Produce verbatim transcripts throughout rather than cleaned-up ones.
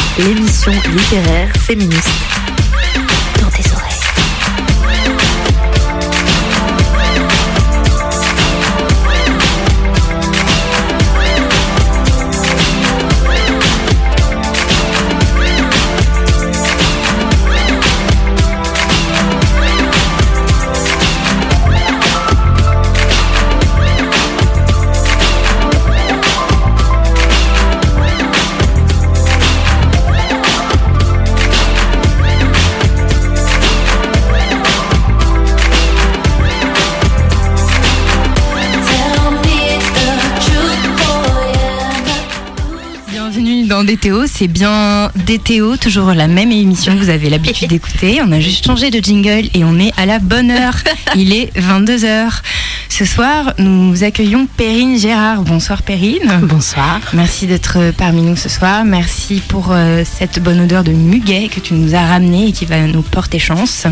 l'émission littéraire féministe dans tes oreilles. D T O, c'est bien D T O, toujours la même émission que vous avez l'habitude d'écouter. On a juste changé de jingle et on est à la bonne heure. Il est vingt-deux heures. Ce soir, nous accueillons Perrine Gérard. Bonsoir Perrine. Bonsoir. Merci d'être parmi nous ce soir. Merci pour euh, cette bonne odeur de muguet que tu nous as ramenée et qui va nous porter chance.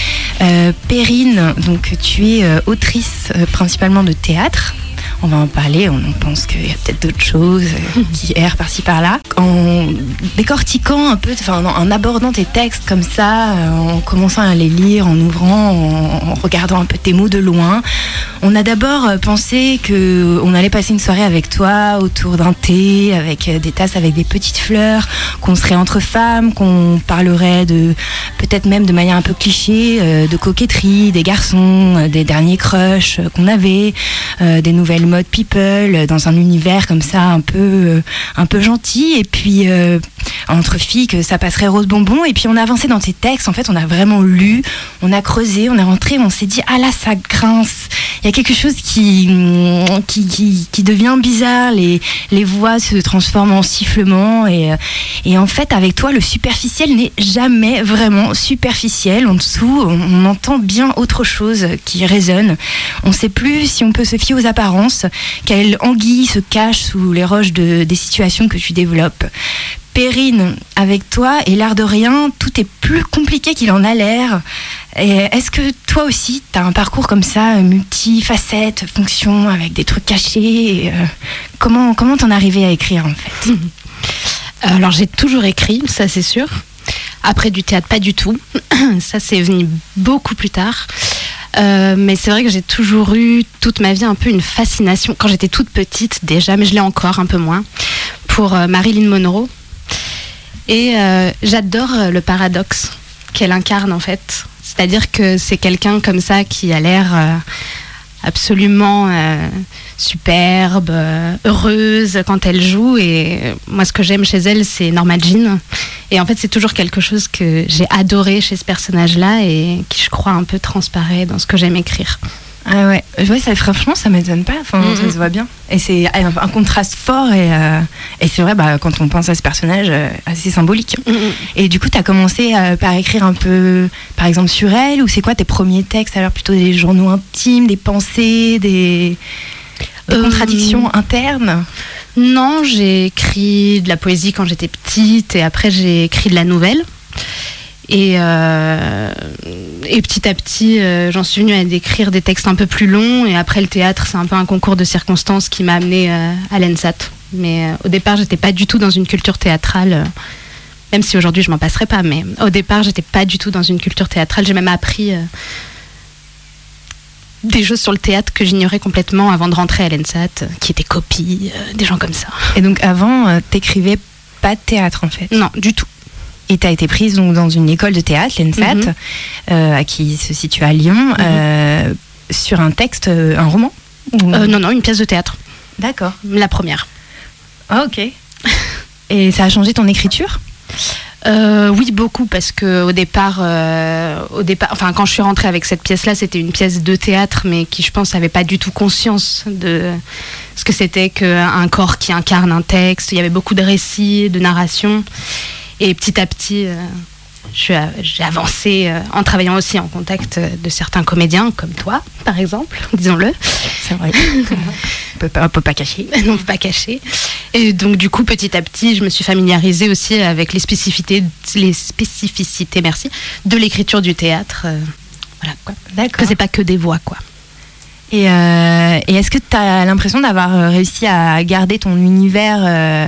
Euh, Perrine, donc tu es euh, autrice euh, principalement de théâtre. On va en parler, on pense qu'il y a peut-être d'autres choses qui errent par-ci par-là. En décortiquant un peu, enfin, en abordant tes textes comme ça, en commençant à les lire, en ouvrant, en, en regardant un peu tes mots de loin, on a d'abord pensé qu'on allait passer une soirée avec toi autour d'un thé, avec des tasses avec des petites fleurs, qu'on serait entre femmes, qu'on parlerait de, peut-être même de manière un peu cliché, de coquetterie, des garçons, des derniers crushs qu'on avait, des nouvelles mode people dans un univers comme ça un peu euh, un peu gentil, et puis euh, entre filles que ça passerait rose bonbon. Et puis on a avancé dans tes textes, en fait on a vraiment lu, on a creusé, on est rentré, on s'est dit ah là ça grince, il y a quelque chose qui qui, qui, qui devient bizarre, les, les voix se transforment en sifflements, et, et en fait avec toi le superficiel n'est jamais vraiment superficiel. En dessous on, on entend bien autre chose qui résonne, on sait plus si on peut se fier aux apparences, quelle anguille se cache sous les roches de, des situations que tu développes. Perrine, avec toi, et l'air de rien, tout est plus compliqué qu'il en a l'air. Et est-ce que toi aussi, tu as un parcours comme ça, multifacette, fonction, avec des trucs cachés et, euh, Comment comment t'en es arrivée à écrire, en fait? Alors, j'ai toujours écrit, ça c'est sûr. Après, du théâtre, pas du tout. Ça, c'est venu beaucoup plus tard. Euh, mais c'est vrai que j'ai toujours eu toute ma vie un peu une fascination, quand j'étais toute petite déjà, mais je l'ai encore un peu moins, pour euh, Marilyn Monroe. Et euh, j'adore le paradoxe qu'elle incarne en fait. C'est-à-dire que c'est quelqu'un comme ça qui a l'air euh, absolument euh, superbe, euh, heureuse quand elle joue. Et moi, ce que j'aime chez elle, c'est Norma Jean. Et en fait, c'est toujours quelque chose que j'ai adoré chez ce personnage-là et qui, je crois, un peu transparaît dans ce que j'aime écrire. Ah ouais, ouais ça, franchement, ça m'étonne pas. Enfin, mm-hmm. Ça se voit bien. Et c'est un, un contraste fort. Et, euh, et c'est vrai, bah, quand on pense à ce personnage, euh, assez symbolique. Mm-hmm. Et du coup, tu as commencé euh, par écrire un peu, par exemple, sur elle. Ou c'est quoi tes premiers textes? Alors, plutôt des journaux intimes, des pensées, des, des euh... contradictions internes? Non, j'ai écrit de la poésie quand j'étais petite et après j'ai écrit de la nouvelle. Et, euh, et petit à petit, euh, j'en suis venue à écrire des textes un peu plus longs. Et après le théâtre, c'est un peu un concours de circonstances qui m'a amenée euh, à l'ENSAT. Mais euh, au départ, j'étais pas du tout dans une culture théâtrale, euh, même si aujourd'hui je m'en passerai pas. Mais au départ, j'étais pas du tout dans une culture théâtrale. J'ai même appris euh, des choses sur le théâtre que j'ignorais complètement avant de rentrer à l'ENSAT, qui étaient copies, euh, des gens comme ça. Et donc avant, euh, t'écrivais pas de théâtre en fait? Non, du tout. Et t'as été prise donc, dans une école de théâtre, l'ENSAT, mm-hmm. euh, qui se situe à Lyon, mm-hmm. euh, sur un texte, un roman ou... euh, Non, non, une pièce de théâtre. D'accord. La première. Ah, ok. Et ça a changé ton écriture? Euh, oui, beaucoup, parce que au départ, euh, au départ, enfin, quand je suis rentrée avec cette pièce-là, c'était une pièce de théâtre, mais qui, je pense, n'avait pas du tout conscience de ce que c'était qu'un corps qui incarne un texte. Il y avait beaucoup de récits, de narration, et petit à petit, euh, je, j'ai avancé euh, en travaillant aussi en contact de certains comédiens, comme toi, par exemple, disons-le. C'est vrai. On peut pas, on peut pas cacher. Non, on peut pas cacher. Et donc, du coup, petit à petit, je me suis familiarisée aussi avec les spécificités, les spécificités, merci, de l'écriture du théâtre. Euh, voilà, quoi. D'accord. Que c'est pas que des voix, quoi. Et, euh, et est-ce que tu as l'impression d'avoir réussi à garder ton univers euh,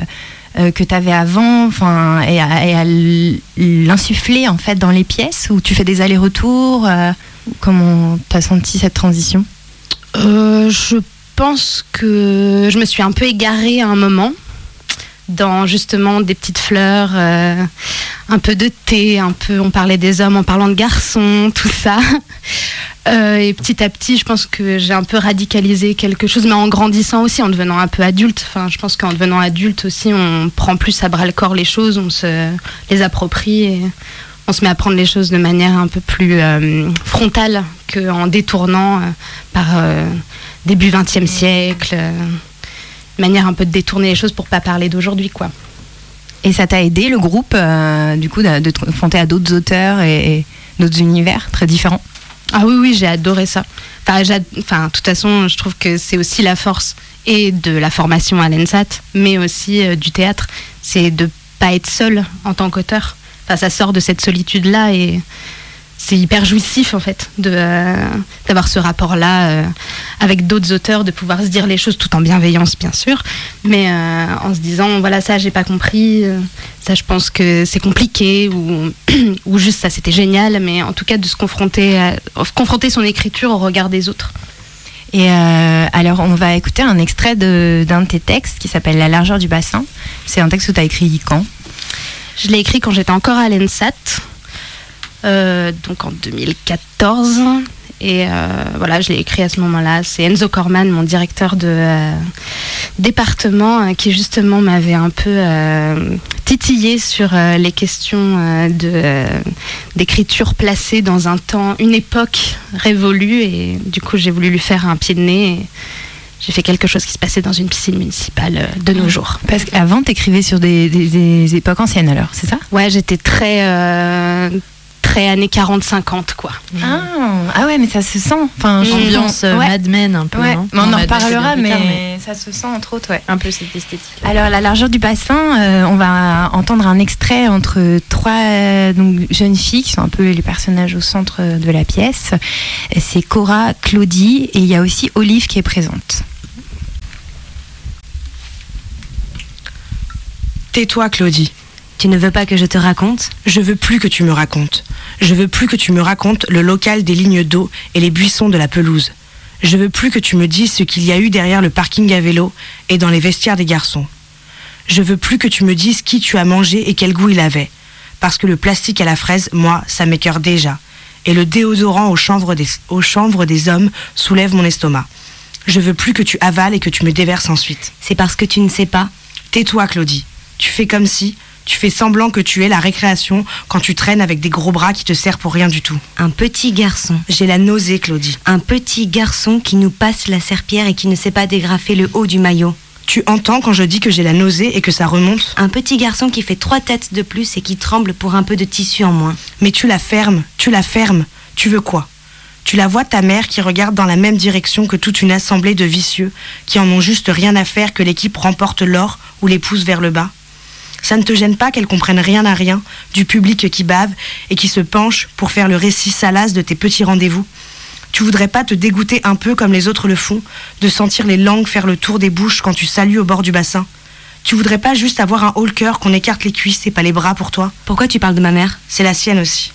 euh, que tu avais avant, enfin, et à, et à l'insuffler en fait dans les pièces, ou tu fais des allers-retours euh, comment t'as senti cette transition? euh, Je pense que je me suis un peu égarée à un moment dans justement des petites fleurs, euh, un peu de thé, un peu, on parlait des hommes en parlant de garçons, tout ça. Euh, et petit à petit, je pense que j'ai un peu radicalisé quelque chose, mais en grandissant aussi, en devenant un peu adulte. Enfin, je pense qu'en devenant adulte aussi, on prend plus à bras le corps les choses, on se les approprie et on se met à prendre les choses de manière un peu plus euh, frontale qu'en détournant euh, par euh, début vingtième siècle. Euh, manière un peu de détourner les choses pour pas parler d'aujourd'hui, quoi. Et ça t'a aidé, le groupe, euh, du coup, de, de te confronter à d'autres auteurs et, et d'autres univers très différents? Ah oui, oui, j'ai adoré ça. Enfin, j'ai, enfin, de toute façon, je trouve que c'est aussi la force et de la formation à l'ENSAT, mais aussi euh, du théâtre. C'est de pas être seul en tant qu'auteur. Enfin, ça sort de cette solitude-là et c'est hyper jouissif en fait de, euh, d'avoir ce rapport-là euh, avec d'autres auteurs, de pouvoir se dire les choses tout en bienveillance bien sûr, mais euh, en se disant voilà, ça j'ai pas compris, euh, ça je pense que c'est compliqué, ou, ou juste ça c'était génial, mais en tout cas de se confronter, à, confronter son écriture au regard des autres. Et euh, alors on va écouter un extrait de, d'un de tes textes qui s'appelle La largeur du bassin. C'est un texte que tu as écrit quand? Je l'ai écrit quand j'étais encore à l'ENSAT. Euh, donc en deux mille quatorze, et euh, voilà, je l'ai écrit à ce moment-là. C'est Enzo Corman, mon directeur de euh, département, euh, qui justement m'avait un peu euh, titillé sur euh, les questions euh, de, euh, d'écriture placée dans un temps, une époque révolue, et du coup j'ai voulu lui faire un pied de nez et j'ai fait quelque chose qui se passait dans une piscine municipale de nos jours. Parce qu'avant t'écrivais sur des, des, des époques anciennes alors, c'est ça? Ouais, j'étais très... Euh, très années quarante cinquante, quoi. Ah, ah ouais, mais ça se sent. Enfin, mmh. Ambiance euh, ouais. Mad Men un peu. Ouais. Non, mais on non, en reparlera, mais, tard, mais ça se sent entre autres, ouais. Un peu cette esthétique. Alors, La largeur du bassin, euh, on va entendre un extrait entre trois donc, jeunes filles qui sont un peu les personnages au centre de la pièce. C'est Cora, Claudie, et il y a aussi Olive qui est présente. Tais-toi, Claudie. Tu ne veux pas que je te raconte ? Je veux plus que tu me racontes. Je veux plus que tu me racontes le local des lignes d'eau et les buissons de la pelouse. Je veux plus que tu me dises ce qu'il y a eu derrière le parking à vélo et dans les vestiaires des garçons. Je veux plus que tu me dises qui tu as mangé et quel goût il avait. Parce que le plastique à la fraise, moi, ça m'écœure déjà. Et le déodorant au chanvre des, au chanvre des hommes soulève mon estomac. Je veux plus que tu avales et que tu me déverses ensuite. C'est parce que tu ne sais pas ? Tais-toi, Claudie. Tu fais comme si... Tu fais semblant que tu es la récréation quand tu traînes avec des gros bras qui te servent pour rien du tout. Un petit garçon. J'ai la nausée, Claudie. Un petit garçon qui nous passe la serpillière et qui ne sait pas dégrafer le haut du maillot. Tu entends quand je dis que j'ai la nausée et que ça remonte ? Un petit garçon qui fait trois têtes de plus et qui tremble pour un peu de tissu en moins. Mais tu la fermes, tu la fermes. Tu veux quoi ? Tu la vois, ta mère, qui regarde dans la même direction que toute une assemblée de vicieux qui en ont juste rien à faire que l'équipe remporte l'or ou les pousse vers le bas ? Ça ne te gêne pas qu'elle comprenne rien à rien du public qui bave et qui se penche pour faire le récit salace de tes petits rendez-vous ? Tu voudrais pas te dégoûter un peu comme les autres le font, de sentir les langues faire le tour des bouches quand tu salues au bord du bassin ? Tu voudrais pas juste avoir un haut le cœur qu'on écarte les cuisses et pas les bras pour toi ? Pourquoi tu parles de ma mère ? C'est la sienne aussi.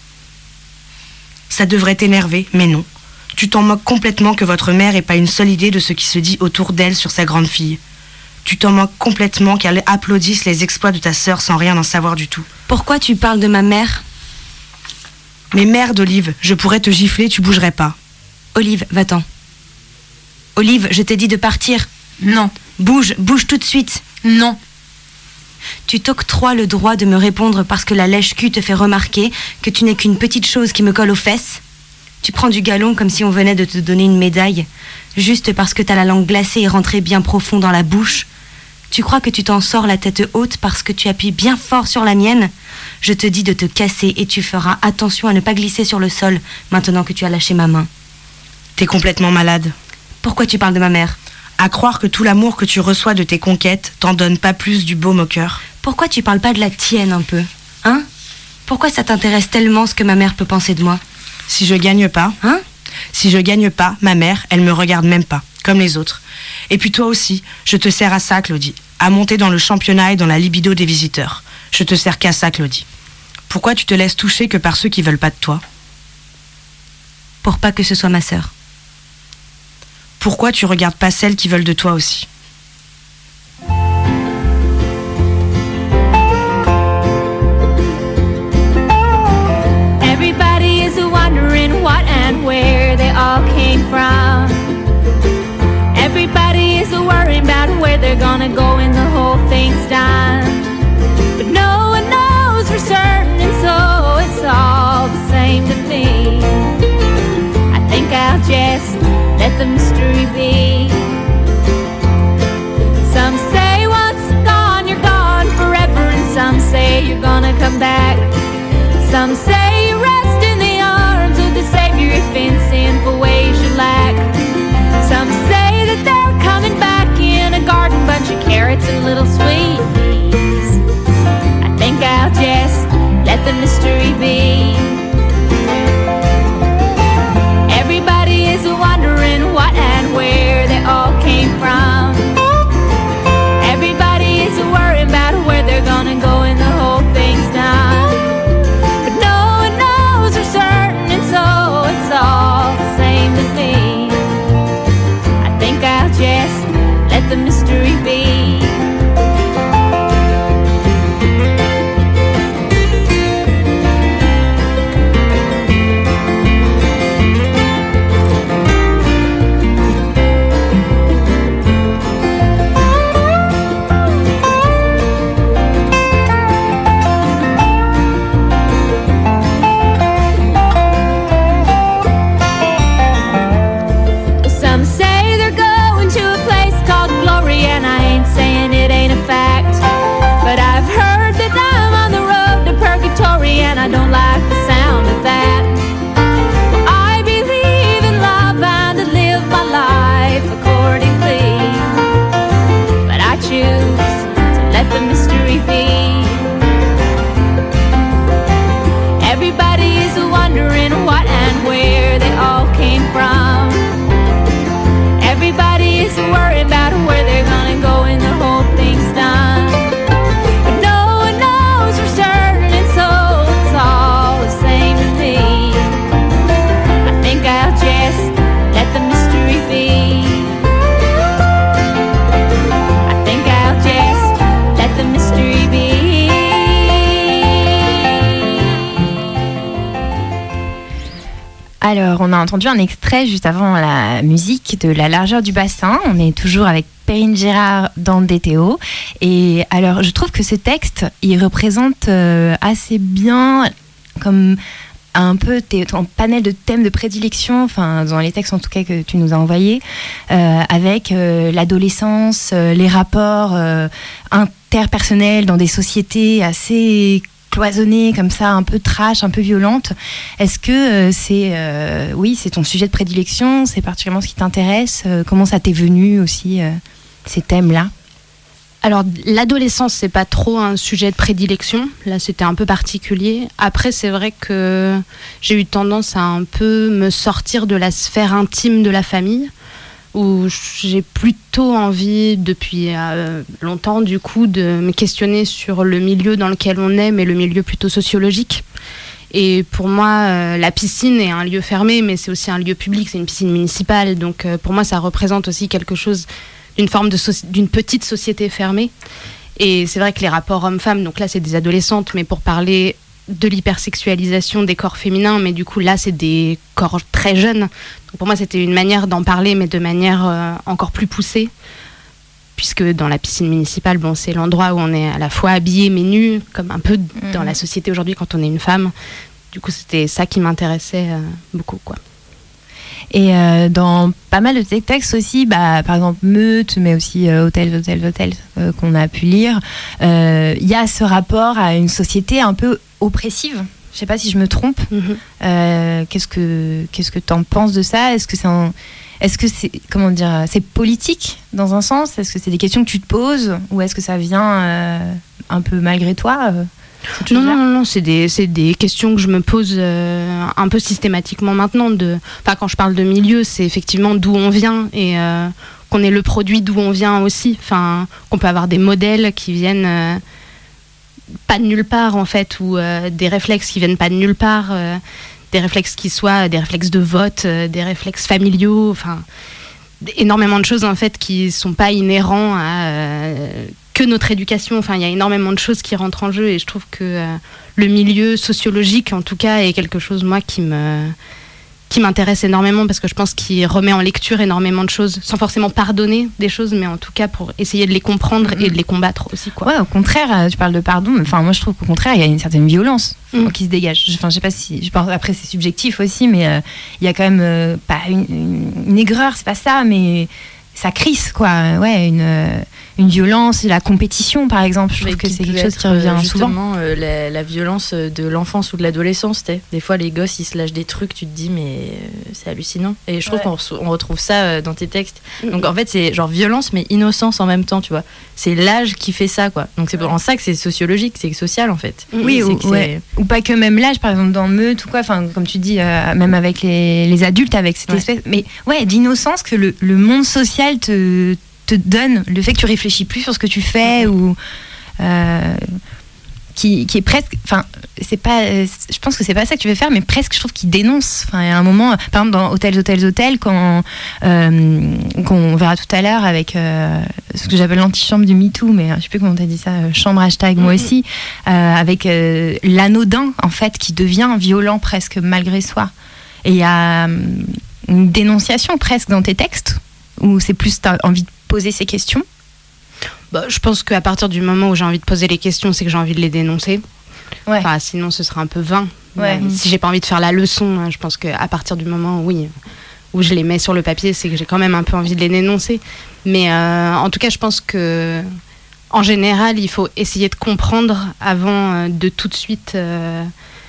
Ça devrait t'énerver, mais non. Tu t'en moques complètement que votre mère ait pas une seule idée de ce qui se dit autour d'elle sur sa grande fille. Tu t'en moques complètement qu'elle applaudisse les exploits de ta sœur sans rien en savoir du tout. Pourquoi tu parles de ma mère ? Mais merde, Olive, je pourrais te gifler, tu bougerais pas. Olive, va-t'en. Olive, je t'ai dit de partir. Non. Bouge, bouge tout de suite. Non. Tu t'octroies le droit de me répondre parce que la lèche-cul te fait remarquer que tu n'es qu'une petite chose qui me colle aux fesses. Tu prends du galon comme si on venait de te donner une médaille, juste parce que t'as la langue glacée et rentrée bien profond dans la bouche. Tu crois que tu t'en sors la tête haute parce que tu appuies bien fort sur la mienne ? Je te dis de te casser et tu feras attention à ne pas glisser sur le sol maintenant que tu as lâché ma main. T'es complètement malade. Pourquoi tu parles de ma mère ? À croire que tout l'amour que tu reçois de tes conquêtes t'en donne pas plus du baume au cœur. Pourquoi tu parles pas de la tienne un peu ? Hein ? Pourquoi ça t'intéresse tellement ce que ma mère peut penser de moi ? Si je gagne pas, hein ? Si je gagne pas, ma mère, elle me regarde même pas, comme les autres. Et puis toi aussi, je te sers à ça, Claudie. à monter dans le championnat et dans la libido des visiteurs. Je te sers qu'à ça, Claudie. Pourquoi tu te laisses toucher que par ceux qui veulent pas de toi? Pour pas que ce soit ma sœur. Pourquoi tu regardes pas celles qui veulent de toi aussi? Everybody is wondering what and where they all came from. Everybody is worrying about where they're gonna go when the whole thing's done. But no one knows for certain, and so it's all the same to me. I think I'll just let the mystery be. Some say once gone, you're gone forever, and some say you're gonna come back. Some say you rest in the arms of the Savior if in sinful ways you lack. Some say that they're coming back in a garden, bunch of carrots and little sweet peas. I think I'll just let the mystery be. Everybody is wondering what and where they all came from. Everybody is worried about where they're gonna go when the whole thing's done. But no one knows for certain, and so it's all the same to me. I think I'll just let the mystery be. Some say they're going to a place called glory, and I ain't saying it ain't a fact. But I've heard that I'm on the road to purgatory, and I don't like the sound of that. Well, I believe in love and to live my life accordingly. But I choose to let the mystery be. Everybody is wondering what and where they all came from. Everybody is worried about where they're gonna go when the whole thing's done. But no one knows for certain, and so it's all the same to me. I think I'll just let the mystery be. I think I'll just let the mystery be. Alors, on a entendu un extrait juste avant la musique de La largeur du bassin. On est toujours avec Perrine Gérard dans D T O. Et alors, je trouve que ce texte, il représente euh, assez bien comme un peu tes, ton panel de thèmes de prédilection, enfin dans les textes en tout cas que tu nous as envoyés, euh, avec euh, l'adolescence, euh, les rapports euh, interpersonnels dans des sociétés assez cloisonnées comme ça, un peu trash, un peu violentes. Est-ce que euh, c'est, euh, oui, c'est ton sujet de prédilection, c'est particulièrement ce qui t'intéresse, euh, comment ça t'est venu aussi, euh, ces thèmes-là? Alors, l'adolescence, c'est pas trop un sujet de prédilection. Là, c'était un peu particulier. Après, c'est vrai que j'ai eu tendance à un peu me sortir de la sphère intime de la famille, où j'ai plutôt envie, depuis euh, longtemps, du coup, de me questionner sur le milieu dans lequel on est, mais le milieu plutôt sociologique. Et pour moi, euh, la piscine est un lieu fermé, mais c'est aussi un lieu public, c'est une piscine municipale. Donc, euh, pour moi, ça représente aussi quelque chose d'une forme de so- d'une petite société fermée. Et c'est vrai que les rapports hommes-femmes, donc là c'est des adolescentes, mais pour parler de l'hypersexualisation des corps féminins, mais du coup là c'est des corps très jeunes. Donc pour moi c'était une manière d'en parler, mais de manière euh, encore plus poussée, puisque dans la piscine municipale, bon, c'est l'endroit où on est à la fois habillé mais nu, comme un peu mmh. dans la société aujourd'hui quand on est une femme. Du coup c'était ça qui m'intéressait euh, beaucoup, quoi. Et euh, dans pas mal de tes textes aussi, bah, par exemple Meute, mais aussi euh, Hôtel, Hôtel, Hôtel, euh, qu'on a pu lire, il euh, y a ce rapport à une société un peu oppressive. Je sais pas si je me trompe. Mm-hmm. Euh, qu'est-ce que qu'est-ce que t'en penses de ça? Est-ce que c'est un, est-ce que c'est, comment dire, c'est politique dans un sens? Est-ce que c'est des questions que tu te poses, ou est-ce que ça vient euh, un peu malgré toi? euh Non, non, non, non, c'est des, c'est des questions que je me pose euh, un peu systématiquement maintenant. De, enfin, quand je parle de milieu, c'est effectivement d'où on vient. Et euh, qu'on est le produit d'où on vient aussi. Enfin, qu'on peut avoir des modèles qui viennent euh, pas de nulle part en fait, ou euh, des réflexes qui viennent pas de nulle part, euh, des réflexes qui soient des réflexes de vote, euh, des réflexes familiaux, enfin énormément de choses en fait qui sont pas inhérents à euh, que notre éducation. Enfin, il y a énormément de choses qui rentrent en jeu et je trouve que euh, le milieu sociologique en tout cas est quelque chose moi qui me qui m'intéresse énormément parce que je pense qu'il remet en lecture énormément de choses sans forcément pardonner des choses, mais en tout cas pour essayer de les comprendre mmh. et de les combattre aussi, quoi. Ouais, au contraire, tu parles de pardon, mais enfin moi je trouve qu'au contraire il y a une certaine violence mmh. qui se dégage. Enfin je sais pas si, je pense après c'est subjectif aussi, mais euh, il y a quand même euh, pas une, une, une aigreur, c'est pas ça, mais ça crisse quoi, ouais, une euh, une violence, la compétition par exemple, je trouve mais que c'est quelque chose qui revient justement, souvent. Euh, la, la violence de l'enfance ou de l'adolescence, t'es. Des fois les gosses ils se lâchent des trucs, tu te dis mais euh, c'est hallucinant. Et je trouve ouais. qu'on re- on retrouve ça euh, dans tes textes. Donc en fait c'est genre violence mais innocence en même temps, tu vois. C'est l'âge qui fait ça quoi. Donc c'est pour ouais. ça que c'est sociologique, c'est social en fait. Oui, ou, ouais. ou pas que même l'âge, par exemple dans Meute ou quoi, enfin comme tu dis, euh, même avec les, les adultes, avec cette ouais. espèce, mais ouais, d'innocence que le, le monde social te te donne, le fait que tu réfléchis plus sur ce que tu fais, ou euh, qui, qui est presque, enfin c'est pas, je pense que c'est pas ça que tu veux faire, mais presque je trouve qu'il dénonce. Enfin il y a un moment, par exemple dans Hôtels, Hôtels, Hôtels, quand euh, qu'on verra tout à l'heure avec euh, ce que j'appelle l'antichambre du MeToo, mais je sais plus comment t'as dit ça, chambre hashtag moi aussi, euh, avec euh, l'anodin en fait qui devient violent presque malgré soi. Et il y a une dénonciation presque dans tes textes, où c'est plus t'as envie de poser ces questions. Bah, je pense qu'à partir du moment où j'ai envie de poser les questions, c'est que j'ai envie de les dénoncer. Ouais. Enfin, sinon, ce sera un peu vain. Ouais. Mmh. Si j'ai pas envie de faire la leçon, je pense qu'à partir du moment où, oui, où je les mets sur le papier, c'est que j'ai quand même un peu envie de les dénoncer. Mais euh, en tout cas, je pense que, en général, il faut essayer de comprendre avant de tout de suite, euh,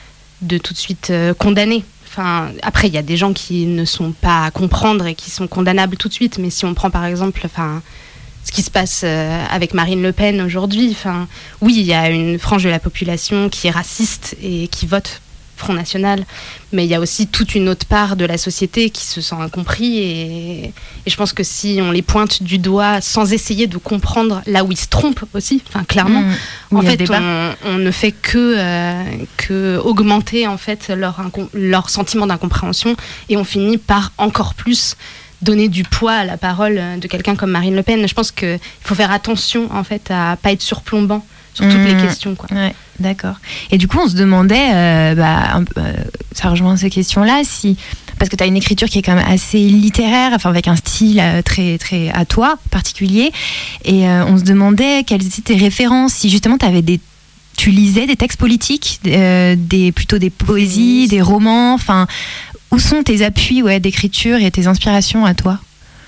de tout de suite euh, condamner. Enfin, après, il y a des gens qui ne sont pas à comprendre et qui sont condamnables tout de suite. Mais si on prend par exemple, enfin, ce qui se passe euh, avec Marine Le Pen aujourd'hui, enfin, oui, il y a une frange de la population qui est raciste et qui vote Front National, mais il y a aussi toute une autre part de la société qui se sent incompris. Et, et je pense que si on les pointe du doigt sans essayer de comprendre là où ils se trompent aussi, enfin clairement, mmh, en fait, on, on ne fait que, euh, que augmenter en fait leur, incom- leur sentiment d'incompréhension, et on finit par encore plus donner du poids à la parole de quelqu'un comme Marine Le Pen. Je pense qu'il faut faire attention en fait à pas être surplombant sur toutes mmh, les questions, quoi. Ouais, d'accord. Et du coup, on se demandait, euh, bah, un, euh, ça rejoint ces questions-là, si, parce que tu as une écriture qui est quand même assez littéraire, enfin avec un style euh, très, très à toi, particulier, et euh, on se demandait quelles étaient tes références, si justement tu avais des tu lisais des textes politiques, euh, des, plutôt des poésies, des romans, enfin, où sont tes appuis ouais, d'écriture et tes inspirations à toi ?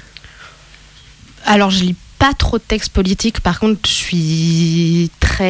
Alors, je lis pas trop de textes politiques. Par contre, je suis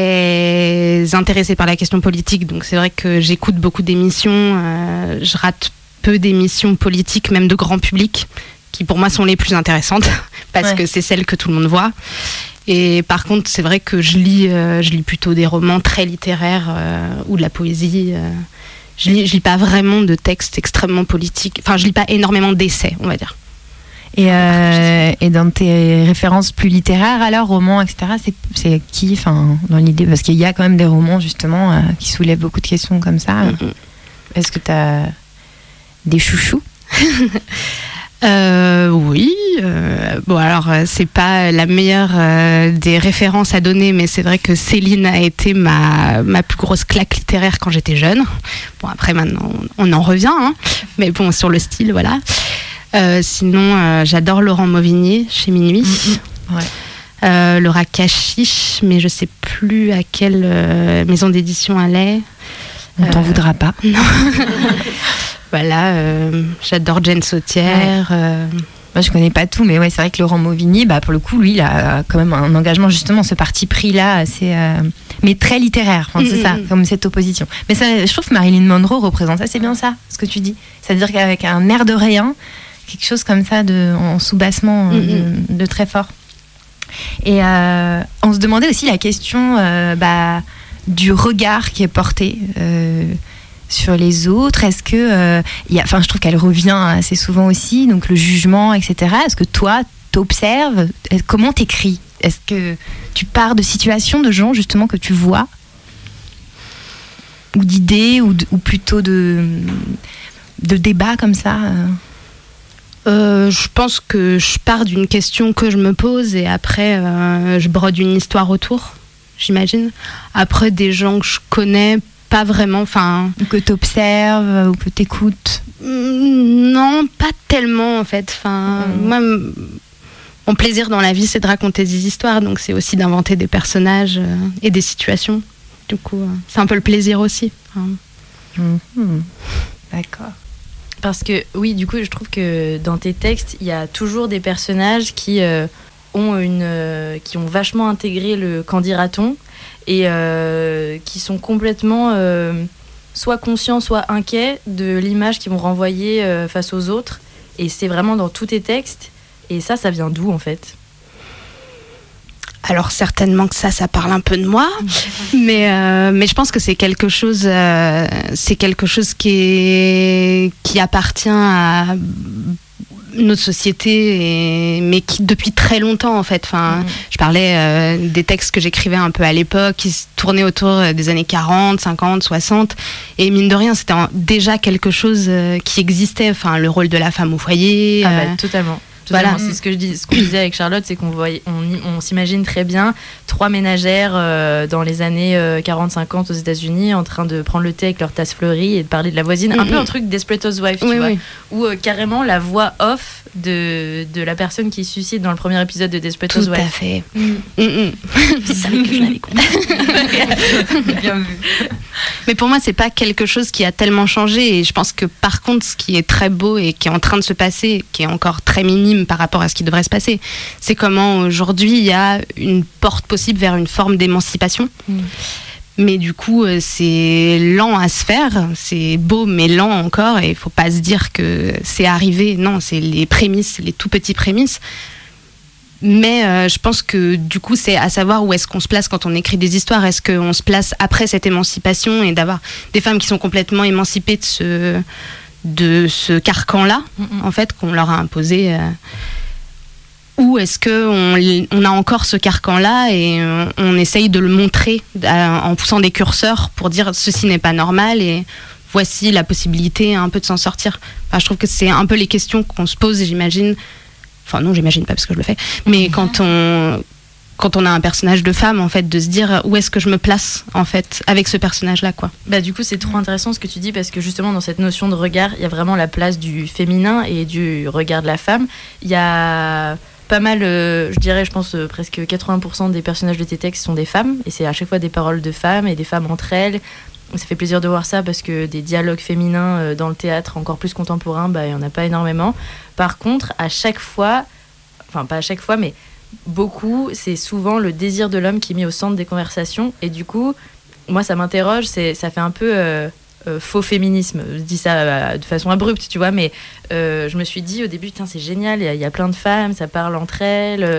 très intéressée par la question politique. Donc, c'est vrai que j'écoute beaucoup d'émissions. Euh, je rate peu d'émissions politiques, même de grand public, qui pour moi sont les plus intéressantes, parce ouais. que c'est celles que tout le monde voit. Et par contre, c'est vrai que je lis, euh, je lis plutôt des romans très littéraires euh, ou de la poésie. Euh. Je lis, je lis pas vraiment de textes extrêmement politiques. Enfin, je lis pas énormément d'essais, on va dire. Et, euh, et dans tes références plus littéraires, alors, romans, et cetera, c'est, c'est qui, enfin, dans l'idée, parce qu'il y a quand même des romans, justement, euh, qui soulèvent beaucoup de questions comme ça. Mm-hmm. Est-ce que tu as des chouchous ? euh, Oui. Euh, bon, alors, c'est pas la meilleure euh, des références à donner, mais c'est vrai que Céline a été ma, ma plus grosse claque littéraire quand j'étais jeune. Bon, après, maintenant, on en revient, hein, mais bon, sur le style, voilà. Euh, sinon, euh, j'adore Laurent Mauvignier chez Minuit. Mmh, ouais. euh, Laura Cachiche, mais je sais plus à quelle euh, maison d'édition elle est. On euh, t'en voudra pas. Non. Voilà, euh, j'adore Jen Sautière. Ouais. Euh... Moi, je connais pas tout, mais ouais, c'est vrai que Laurent Mauvignier, bah, pour le coup, lui, il a quand même un engagement, justement, ce parti pris-là, assez, euh, mais très littéraire. Enfin, c'est mmh, ça, comme cette opposition. Mais ça, je trouve que Marilyn Monroe représente assez bien ça, ce que tu dis. C'est-à-dire qu'avec un air de rien, quelque chose comme ça de, en sous-bassement mmh. de, de très fort. Et euh, on se demandait aussi la question euh, bah, du regard qui est porté euh, sur les autres. Est-ce que, euh, y a, enfin, je trouve qu'elle revient assez souvent aussi, donc le jugement, et cetera. Est-ce que toi, t'observes? Comment t'écris? Est-ce que tu pars de situations de gens justement que tu vois, ou d'idées, ou, de, ou plutôt de, de débats comme ça? Euh, je pense que je pars d'une question que je me pose et après euh, je brode une histoire autour, j'imagine. Après, des gens que je connais, pas vraiment. Enfin, ou que tu observes, ou que tu écoutes? Non, pas tellement en fait. Enfin, mmh. Moi, m- mon plaisir dans la vie, c'est de raconter des histoires, donc c'est aussi d'inventer des personnages euh, et des situations. Du coup, euh, c'est un peu le plaisir aussi. Enfin, mmh. D'accord. Parce que, oui, du coup, je trouve que dans tes textes, il y a toujours des personnages qui, euh, ont, une, euh, qui ont vachement intégré le qu'en dira-t-on et euh, qui sont complètement euh, soit conscients, soit inquiets de l'image qu'ils vont renvoyer euh, face aux autres. Et c'est vraiment dans tous tes textes. Et ça, ça vient d'où, en fait? Alors certainement que ça, ça parle un peu de moi, mais euh, mais je pense que c'est quelque chose, euh, c'est quelque chose qui est, qui appartient à notre société, et, mais qui depuis très longtemps en fait. Enfin, mmh. Je parlais euh, des textes que j'écrivais un peu à l'époque, qui se tournaient autour des années quarante, cinquante, soixante, et mine de rien, c'était un, déjà quelque chose euh, qui existait. Enfin, le rôle de la femme au foyer. Ah euh, bah, totalement. Voilà. C'est ce que je dis, ce qu'on disait avec Charlotte, c'est qu'on voyait, on, on s'imagine très bien trois ménagères euh, dans les années euh, quarante cinquante aux États-Unis en train de prendre le thé avec leur tasse fleurie et de parler de la voisine, mm-hmm. un peu un truc Desperate Housewives, tu oui, vois, oui. où euh, carrément la voix off de, de la personne qui suscite dans le premier épisode de Desperate Tout Housewives. Tout à fait. Mm. Mm-mm. Je savais que je l'avais compris. Bien vu. Mais pour moi, c'est pas quelque chose qui a tellement changé, et je pense que par contre, ce qui est très beau et qui est en train de se passer, qui est encore très minime par rapport à ce qui devrait se passer, c'est comment aujourd'hui il y a une porte possible vers une forme d'émancipation. Mmh. Mais du coup, c'est lent à se faire, c'est beau mais lent encore, et il faut pas se dire que c'est arrivé. Non, c'est les prémices, les tout petits prémices. Mais euh, je pense que du coup, c'est à savoir où est-ce qu'on se place quand on écrit des histoires. Est-ce qu'on se place après cette émancipation et d'avoir des femmes qui sont complètement émancipées de ce, de ce carcan-là, mmh. en fait, qu'on leur a imposé euh, ou est-ce qu'on on a encore ce carcan-là et on, on essaye de le montrer euh, en poussant des curseurs pour dire ceci n'est pas normal et voici la possibilité un peu de s'en sortir. Enfin, je trouve que c'est un peu les questions qu'on se pose, j'imagine. Enfin non, j'imagine pas parce que je le fais. Mais quand on, quand on a un personnage de femme, en fait, de se dire où est-ce que je me place, en fait, avec ce personnage-là, quoi. Bah du coup, c'est trop intéressant ce que tu dis parce que justement dans cette notion de regard, il y a vraiment la place du féminin et du regard de la femme. Il y a pas mal, euh, je dirais, je pense euh, presque quatre-vingts pour cent des personnages de tes textes sont des femmes et c'est à chaque fois des paroles de femmes et des femmes entre elles. Ça fait plaisir de voir ça parce que des dialogues féminins euh, dans le théâtre encore plus contemporain, bah, il n'y en a pas énormément. Par contre, à chaque fois, enfin pas à chaque fois, mais beaucoup, c'est souvent le désir de l'homme qui est mis au centre des conversations. Et du coup, moi, ça m'interroge, c'est, ça fait un peu euh, euh, faux féminisme. Je dis ça euh, de façon abrupte, tu vois, mais euh, je me suis dit au début, c'est génial, il y, y a plein de femmes, ça parle entre elles.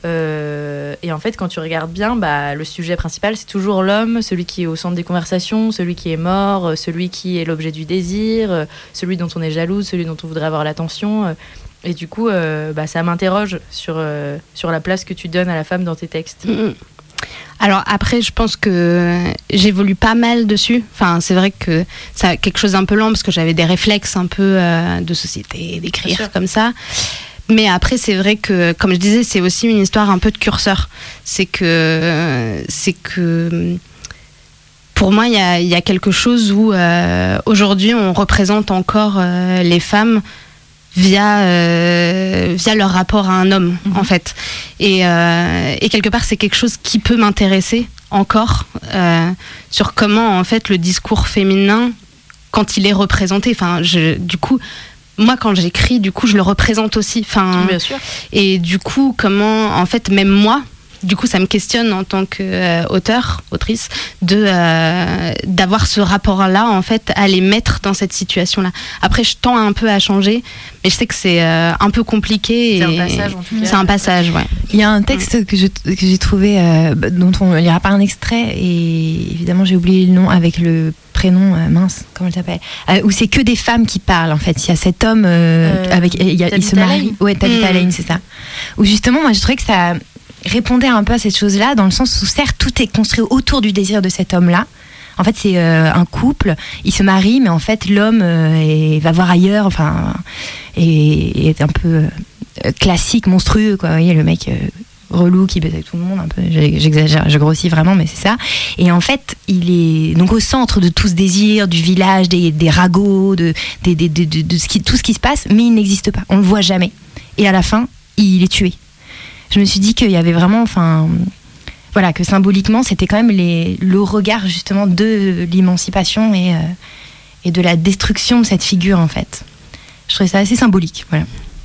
Euh, et en fait, quand tu regardes bien, bah, le sujet principal, c'est toujours l'homme, celui qui est au centre des conversations, celui qui est mort, celui qui est l'objet du désir, celui dont on est jalouse, celui dont on voudrait avoir l'attention. Et du coup, euh, bah, ça m'interroge sur, euh, sur la place que tu donnes à la femme dans tes textes. Mmh. Alors après, je pense que j'évolue pas mal dessus. Enfin, c'est vrai que c'est quelque chose d'un peu lent parce que j'avais des réflexes un peu euh, de société, d'écrire comme ça. Mais après, c'est vrai que, comme je disais, c'est aussi une histoire un peu de curseur. C'est que, c'est que pour moi, il y a, y a quelque chose où euh, aujourd'hui, on représente encore euh, les femmes via, euh, via leur rapport à un homme, mmh. en fait. Et, euh, et quelque part, c'est quelque chose qui peut m'intéresser encore euh, sur comment, en fait, le discours féminin, quand il est représenté, enfin, je, du coup... Moi, quand j'écris, du coup, je le représente aussi. Enfin, bien sûr. Et du coup, comment, en fait, même moi, du coup, ça me questionne en tant qu'auteur, euh, autrice, de, euh, d'avoir ce rapport-là, en fait, à les mettre dans cette situation-là. Après, je tends un peu à changer, mais je sais que c'est euh, un peu compliqué. C'est et un passage, en tout cas. C'est un passage, ouais. Il y a un texte que, je, que j'ai trouvé, euh, dont on ne lira pas un extrait, et évidemment, j'ai oublié le nom, avec le prénom, euh, mince, comment elle s'appelle, euh, où c'est que des femmes qui parlent en fait. Il y a cet homme euh, Euh, avec, il, y a, il se Tabitha marie, Lane. ouais, Tabitha Mm. Lane, c'est ça. Où justement, moi je trouvais que ça répondait un peu à cette chose-là, dans le sens où certes tout est construit autour du désir de cet homme-là. En fait, c'est euh, un couple, ils se marient, mais en fait l'homme euh, est- va voir ailleurs, enfin, et est un peu euh, classique, monstrueux, quoi. Vous voyez, le mec. Euh, relou qui baise avec tout le monde un peu, j'exagère, je grossis vraiment, mais c'est ça. Et en fait il est donc au centre de tout ce désir du village, des, des ragots, de, des, des, de, de, de ce qui, tout ce qui se passe, mais il n'existe pas, on le voit jamais, et à la fin il est tué. Je me suis dit qu'il y avait vraiment, enfin voilà, que symboliquement c'était quand même les, le regard justement de l'émancipation et, euh, et de la destruction de cette figure en fait. Je trouvais ça assez symbolique, voilà.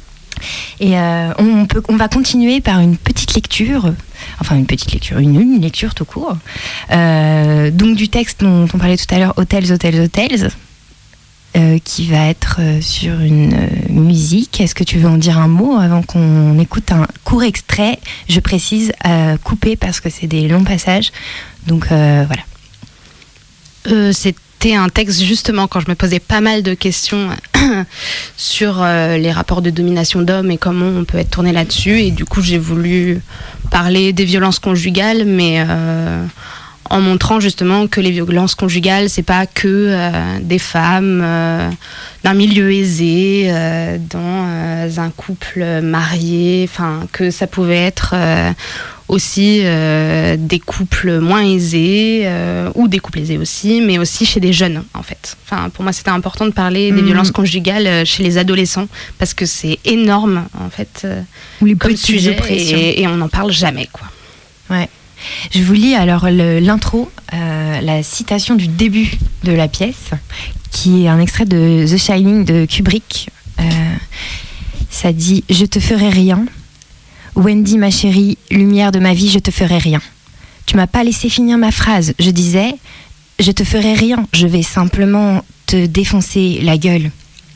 Et euh, on, peut, on va continuer par une petite lecture, enfin une petite lecture, une, une lecture tout court, euh, donc du texte dont on parlait tout à l'heure, Hotels, Hotels, Hotels, euh, qui va être euh, sur une euh, musique. Est-ce que tu veux en dire un mot avant qu'on écoute un court extrait? Je précise, euh, coupé parce que c'est des longs passages, donc euh, voilà. Euh, C'était un texte justement quand je me posais pas mal de questions sur euh, les rapports de domination d'hommes et comment on peut être tourné là-dessus. Et du coup, j'ai voulu parler des violences conjugales, mais euh, en montrant justement que les violences conjugales, c'est pas que euh, des femmes euh, d'un milieu aisé, euh, dans euh, un couple marié, enfin que ça pouvait être euh, aussi euh, des couples moins aisés euh, ou des couples aisés aussi, mais aussi chez des jeunes en fait. Enfin, pour moi, c'était important de parler des Mmh. violences conjugales chez les adolescents parce que c'est énorme en fait euh, Ou les comme petites sujet oppressions. et, et on n'en parle jamais quoi. Ouais. Je vous lis alors le- l'intro, euh, la citation du début de la pièce, qui est un extrait de The Shining de Kubrick. Euh, ça dit « Je te ferai rien. Wendy, ma chérie, lumière de ma vie, je te ferai rien. Tu m'as pas laissé finir ma phrase. Je disais « Je te ferai rien. Je vais simplement te défoncer la gueule. »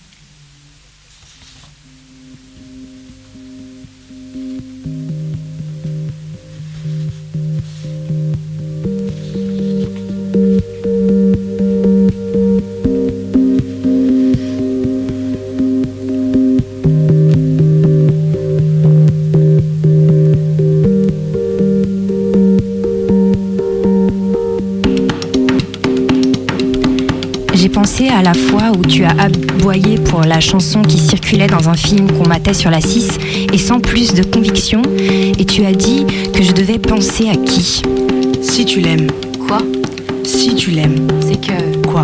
J'ai pensé à la fois où tu as aboyé pour la chanson qui circulait dans un film qu'on matait sur la six et sans plus de conviction, et tu as dit que je devais penser à qui? Si tu l'aimes. Quoi? Si tu l'aimes. C'est que... Quoi?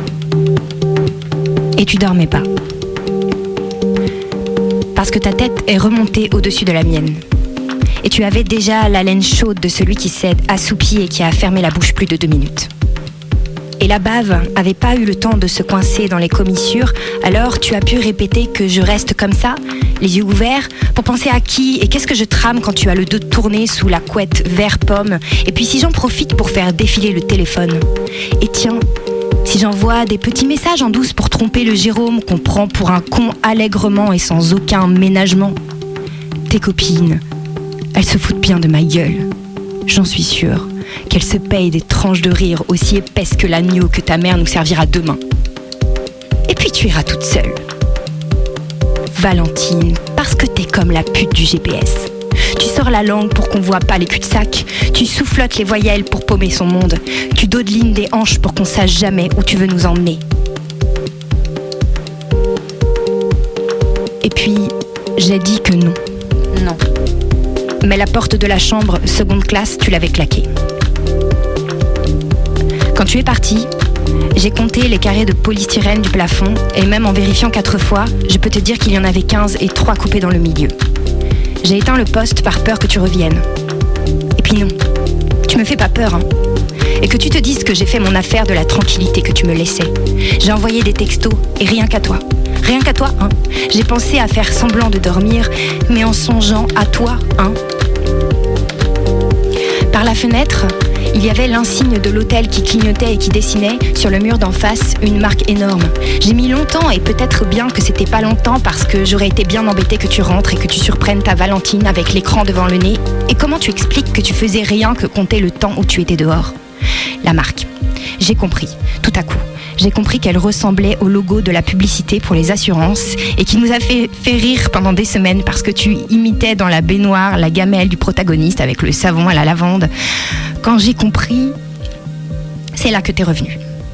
Et tu dormais pas. Parce que ta tête est remontée au-dessus de la mienne. Et tu avais déjà la laine chaude de celui qui s'est assoupi et qui a fermé la bouche plus de deux minutes. Et la bave avait pas eu le temps de se coincer dans les commissures, alors tu as pu répéter que je reste comme ça, les yeux ouverts, pour penser à qui et qu'est-ce que je trame quand tu as le dos tourné sous la couette vert pomme, et puis si j'en profite pour faire défiler le téléphone. Et tiens, si j'envoie des petits messages en douce pour tromper le Jérôme qu'on prend pour un con allègrement et sans aucun ménagement. Tes copines, elles se foutent bien de ma gueule, j'en suis sûre. Qu'elle se paye des tranches de rire aussi épaisses que l'agneau que ta mère nous servira demain. Et puis tu iras toute seule. Valentine, parce que t'es comme la pute du G P S. Tu sors la langue pour qu'on voit pas les cul-de-sac. Tu soufflottes les voyelles pour paumer son monde. Tu dodelines des hanches pour qu'on sache jamais où tu veux nous emmener. Et puis, j'ai dit que non. Non. Mais la porte de la chambre seconde classe, tu l'avais claquée. Quand tu es parti, j'ai compté les carrés de polystyrène du plafond et même en vérifiant quatre fois, je peux te dire qu'il y en avait quinze et trois coupés dans le milieu. J'ai éteint le poste par peur que tu reviennes. Et puis non, tu me fais pas peur, hein. Et que tu te dises que j'ai fait mon affaire de la tranquillité que tu me laissais. J'ai envoyé des textos et rien qu'à toi. Rien qu'à toi, hein. J'ai pensé à faire semblant de dormir, mais en songeant à toi, hein. Par la fenêtre, il y avait l'insigne de l'hôtel qui clignotait et qui dessinait sur le mur d'en face une marque énorme. J'ai mis longtemps et peut-être bien que c'était pas longtemps parce que j'aurais été bien embêtée que tu rentres et que tu surprennes ta Valentine avec l'écran devant le nez. Et comment tu expliques que tu faisais rien que compter le temps où tu étais dehors? La marque. J'ai compris, tout à coup. J'ai compris qu'elle ressemblait au logo de la publicité pour les assurances et qui nous a fait, fait rire pendant des semaines parce que tu imitais dans la baignoire la gamelle du protagoniste avec le savon à la lavande. Quand j'ai compris, c'est là que t'es revenu.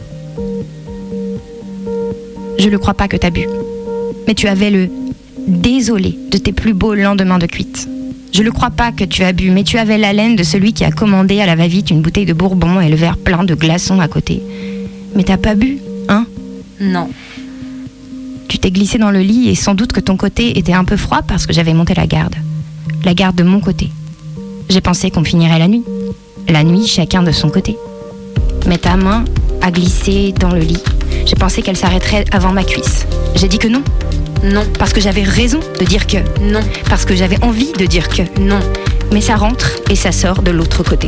Je ne crois pas que t'as bu, mais tu avais le désolé de tes plus beaux lendemains de cuite. Je ne crois pas que tu as bu, mais tu avais l'haleine de celui qui a commandé à la va-vite une bouteille de bourbon et le verre plein de glaçons à côté. Mais t'as pas bu, hein ? Non. Tu t'es glissé dans le lit et sans doute que ton côté était un peu froid parce que j'avais monté la garde. La garde de mon côté. J'ai pensé qu'on finirait la nuit. La nuit, chacun de son côté. Mais ta main a glissé dans le lit. J'ai pensé qu'elle s'arrêterait avant ma cuisse. J'ai dit que non. Non. Parce que j'avais raison de dire que. Non. Parce que j'avais envie de dire que. Non. Mais ça rentre et ça sort de l'autre côté.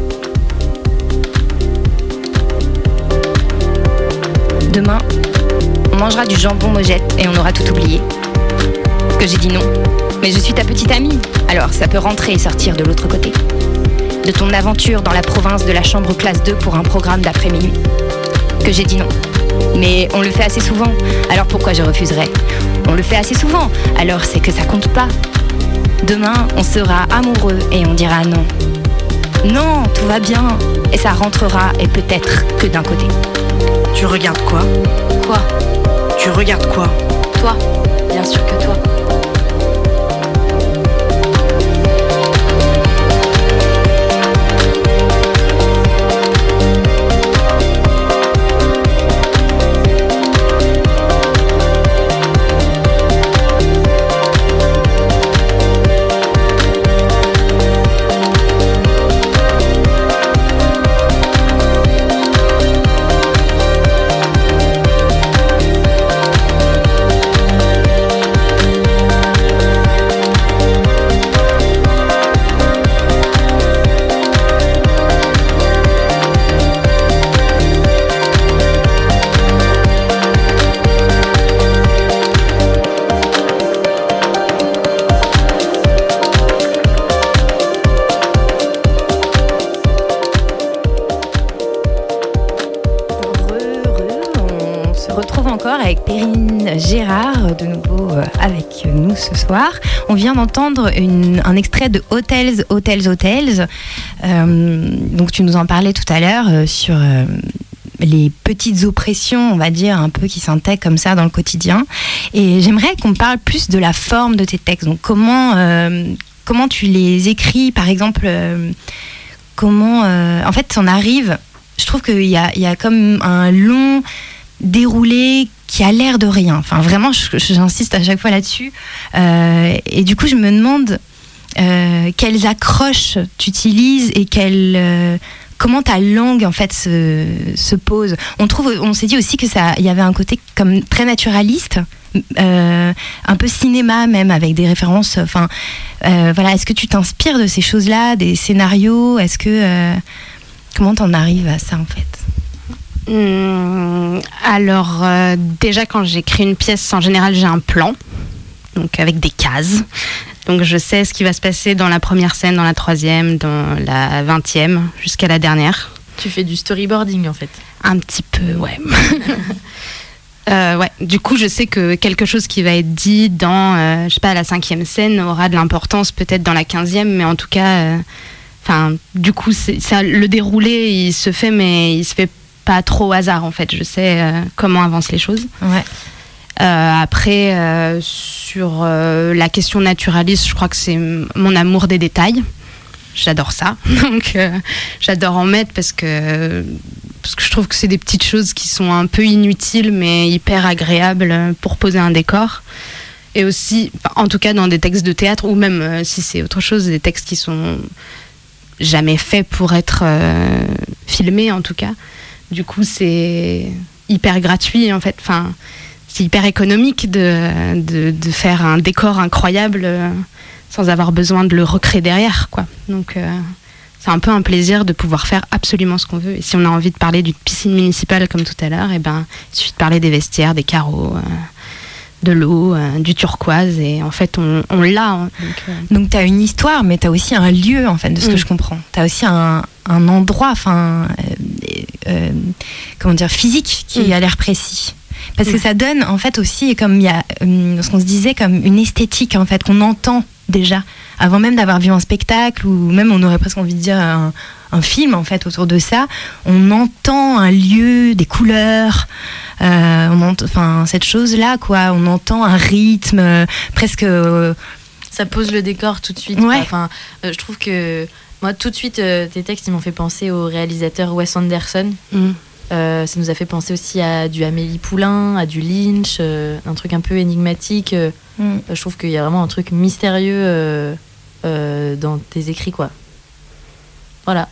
Demain, on mangera du jambon Mojette et on aura tout oublié. Que j'ai dit non. Mais je suis ta petite amie, alors ça peut rentrer et sortir de l'autre côté. De ton aventure dans la province de la chambre classe deux pour un programme d'après-minuit. Que j'ai dit non. Mais on le fait assez souvent, alors pourquoi je refuserais ? On le fait assez souvent, alors c'est que ça compte pas. Demain, on sera amoureux et on dira non. Non, tout va bien. Et ça rentrera et peut-être que d'un côté. Tu regardes quoi ? Quoi ? Tu regardes quoi ? Toi. Bien sûr que toi. Avec Perrine Gérard, de nouveau avec nous ce soir. On vient d'entendre une, un extrait de Hotels, Hotels, Hotels. Euh, donc tu nous en parlais tout à l'heure euh, sur euh, les petites oppressions, on va dire, un peu qui s'intègrent comme ça dans le quotidien. Et j'aimerais qu'on parle plus de la forme de tes textes. Donc comment, euh, comment tu les écris, par exemple, euh, comment... Euh, en fait, on arrive... Je trouve qu'il y a, il y a comme un long déroulé qui a l'air de rien. Enfin, vraiment, j'insiste à chaque fois là-dessus. Euh, et du coup, je me demande euh, quelles accroches tu utilises et quelle, euh, comment ta langue, en fait, se, se pose. On trouve, on s'est dit aussi que ça, il y avait un côté comme très naturaliste, euh, un peu cinéma même, avec des références. Enfin, euh, voilà. Est-ce que tu t'inspires de ces choses-là, des scénarios ? Est-ce que euh, comment t'en arrives à ça, en fait ? Hum, alors, euh, déjà, quand j'écris une pièce, en général, j'ai un plan, donc avec des cases. Donc, je sais ce qui va se passer dans la première scène, dans la troisième, dans la vingtième, jusqu'à la dernière. Tu fais du storyboarding, en fait. Un petit peu, ouais. euh, ouais. Du coup, je sais que quelque chose qui va être dit dans, euh, je sais pas, la cinquième scène aura de l'importance peut-être dans la quinzième, mais en tout cas, enfin, euh, du coup, c'est, ça, le déroulé, il se fait, mais il se fait pas trop au hasard, en fait. Je sais euh, comment avancent les choses. Ouais. Euh, après, euh, sur euh, la question naturaliste, je crois que c'est mon amour des détails. J'adore ça. Donc, euh, j'adore en mettre parce que, parce que je trouve que c'est des petites choses qui sont un peu inutiles, mais hyper agréables pour poser un décor. Et aussi, en tout cas, dans des textes de théâtre, ou même euh, si c'est autre chose, des textes qui sont jamais faits pour être euh, filmés, en tout cas. Du coup, c'est hyper gratuit, en fait. Enfin, c'est hyper économique de, de, de faire un décor incroyable euh, sans avoir besoin de le recréer derrière, quoi. Donc, euh, c'est un peu un plaisir de pouvoir faire absolument ce qu'on veut. Et si on a envie de parler d'une piscine municipale, comme tout à l'heure, eh ben, il suffit de parler des vestiaires, des carreaux, euh, de l'eau, euh, du turquoise. Et en fait, on, on l'a. Hein, donc, euh... donc tu as une histoire, mais tu as aussi un lieu, en fait, de ce mmh. que je comprends. Tu as aussi un, un endroit, enfin... Euh, euh, comment dire, physique qui Mm. a l'air précis. Parce Mm. que ça donne en fait aussi, comme il y a euh, ce qu'on se disait, comme une esthétique en fait qu'on entend déjà avant même d'avoir vu un spectacle, ou même on aurait presque envie de dire un, un film en fait autour de ça. On entend un lieu, des couleurs, euh, on entend, enfin cette chose là quoi. On entend un rythme euh, presque. Euh, Ça pose le décor tout de suite. Ouais. quoi. Enfin, euh, je trouve que moi, tout de suite, euh, tes textes, ils m'ont fait penser au réalisateur Wes Anderson. Mm. Euh, ça nous a fait penser aussi à du Amélie Poulain, à du Lynch, euh, un truc un peu énigmatique. Euh, mm. je trouve qu'il y a vraiment un truc mystérieux euh, euh, dans tes écrits, quoi. Voilà.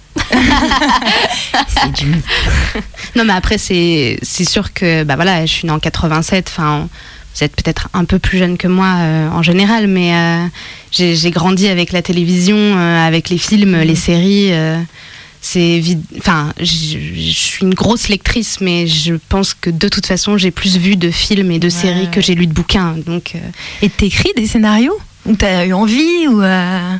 C'est du... Non, mais après, c'est, c'est sûr que bah voilà, je suis née en quatre-vingt-sept. Enfin, vous êtes peut-être un peu plus jeune que moi euh, en général, mais euh, j'ai, j'ai grandi avec la télévision, euh, avec les films, Mmh. les séries. Euh, c'est vide. Enfin, je je suis une grosse lectrice, mais je pense que de toute façon, j'ai plus vu de films et de Ouais, séries ouais. que j'ai lu de bouquins. Donc, euh, Et t'écris des scénarios? Ou t'as eu envie ou euh...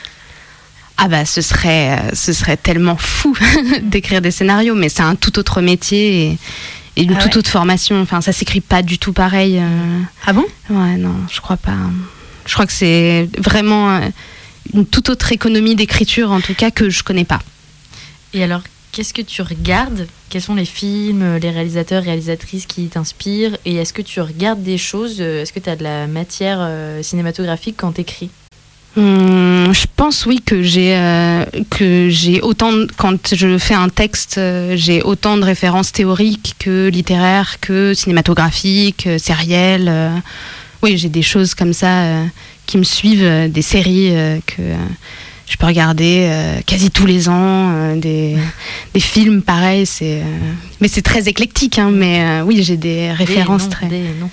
ah bah, ce serait, euh, ce serait tellement fou d'écrire des scénarios, mais c'est un tout autre métier et, et une Ah toute ouais. autre formation. Enfin, ça s'écrit pas du tout pareil. euh. Ah bon? Ouais, non, je crois pas. Je crois que c'est vraiment euh, une toute autre économie d'écriture, en tout cas, que je connais pas. Et alors, qu'est-ce que tu regardes? Quels sont les films, les réalisateurs, réalisatrices qui t'inspirent? Et est-ce que tu regardes des choses? euh, Est-ce que tu as de la matière euh, cinématographique quand t'écris? Hum, je pense, oui, que j'ai euh, que j'ai autant de- quand je fais un texte, euh, j'ai autant de références théoriques que littéraires, que cinématographiques, euh, sérielles. euh. Oui, j'ai des choses comme ça euh, qui me suivent, euh, des séries euh, que euh, je peux regarder euh, quasi tous les ans, euh, des, des films pareil. C'est euh, mais c'est très éclectique, hein, mais euh, oui, j'ai des références Des noms, très. des noms.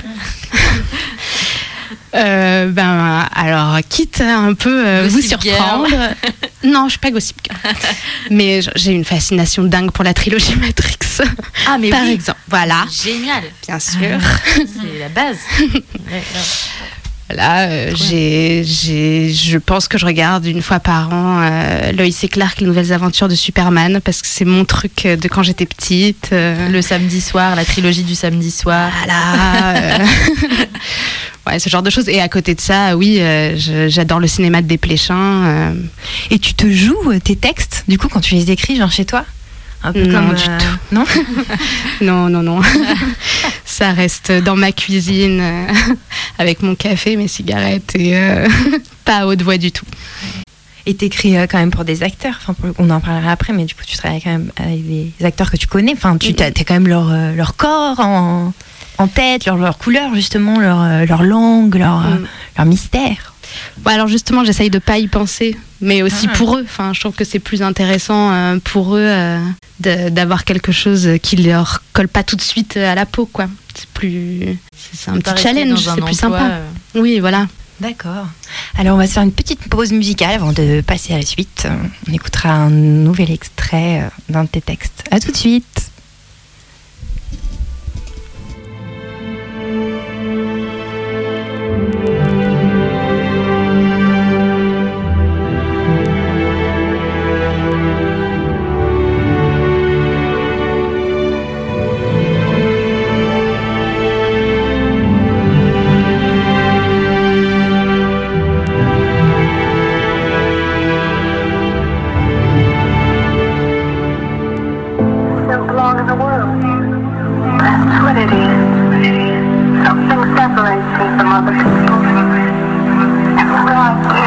Euh, ben alors, quitte à un peu euh, vous Gossip Girl. surprendre. Non, je suis pas Gossip Girl. Mais j- j'ai une fascination dingue pour la trilogie Matrix. Ah, mais par oui. exemple. Voilà, C'est génial. bien sûr. C'est la base. Ouais, là. Voilà, euh, j'ai, j'ai, je pense que je regarde une fois par an euh, Lois et Clark, les nouvelles aventures de Superman, parce que c'est mon truc euh, de quand j'étais petite. euh, Le samedi soir, la trilogie du samedi soir. Voilà. euh, ouais, ce genre de choses. Et à côté de ça, oui, euh, je- j'adore le cinéma de Desplechin. euh, Et tu te joues euh, tes textes, du coup, quand tu les écris, genre chez toi? Un peu Non, comme. du euh, tout. Non? Non, non, non. Ça reste dans ma cuisine euh, avec mon café, mes cigarettes et euh, pas à haute voix du tout. Et t'écris euh, quand même pour des acteurs, enfin, pour le- on en parlera après, mais du coup, tu travailles quand même avec des acteurs que tu connais. Enfin, tu t'as, t'as quand même leur, euh, leur corps en, en tête, leur, leur couleur, justement, leur, euh, leur langue, leur, euh, Mm. leur mystère. Bon, alors justement, j'essaye de pas y penser, mais aussi Ah. pour eux. Enfin, je trouve que c'est plus intéressant euh, pour eux euh, de- d'avoir quelque chose qui leur colle pas tout de suite à la peau, quoi. C'est plus, c'est, c'est un Pas petit rester challenge, dans un c'est plus emploi, sympa. euh, Oui, voilà. D'accord. Alors, on va se faire une petite pause musicale avant de passer à la suite. On écoutera un nouvel extrait euh, d'un de tes textes. À tout de suite. Don't belong in the world. That's what it is. Something separates me from other people. Everywhere I do,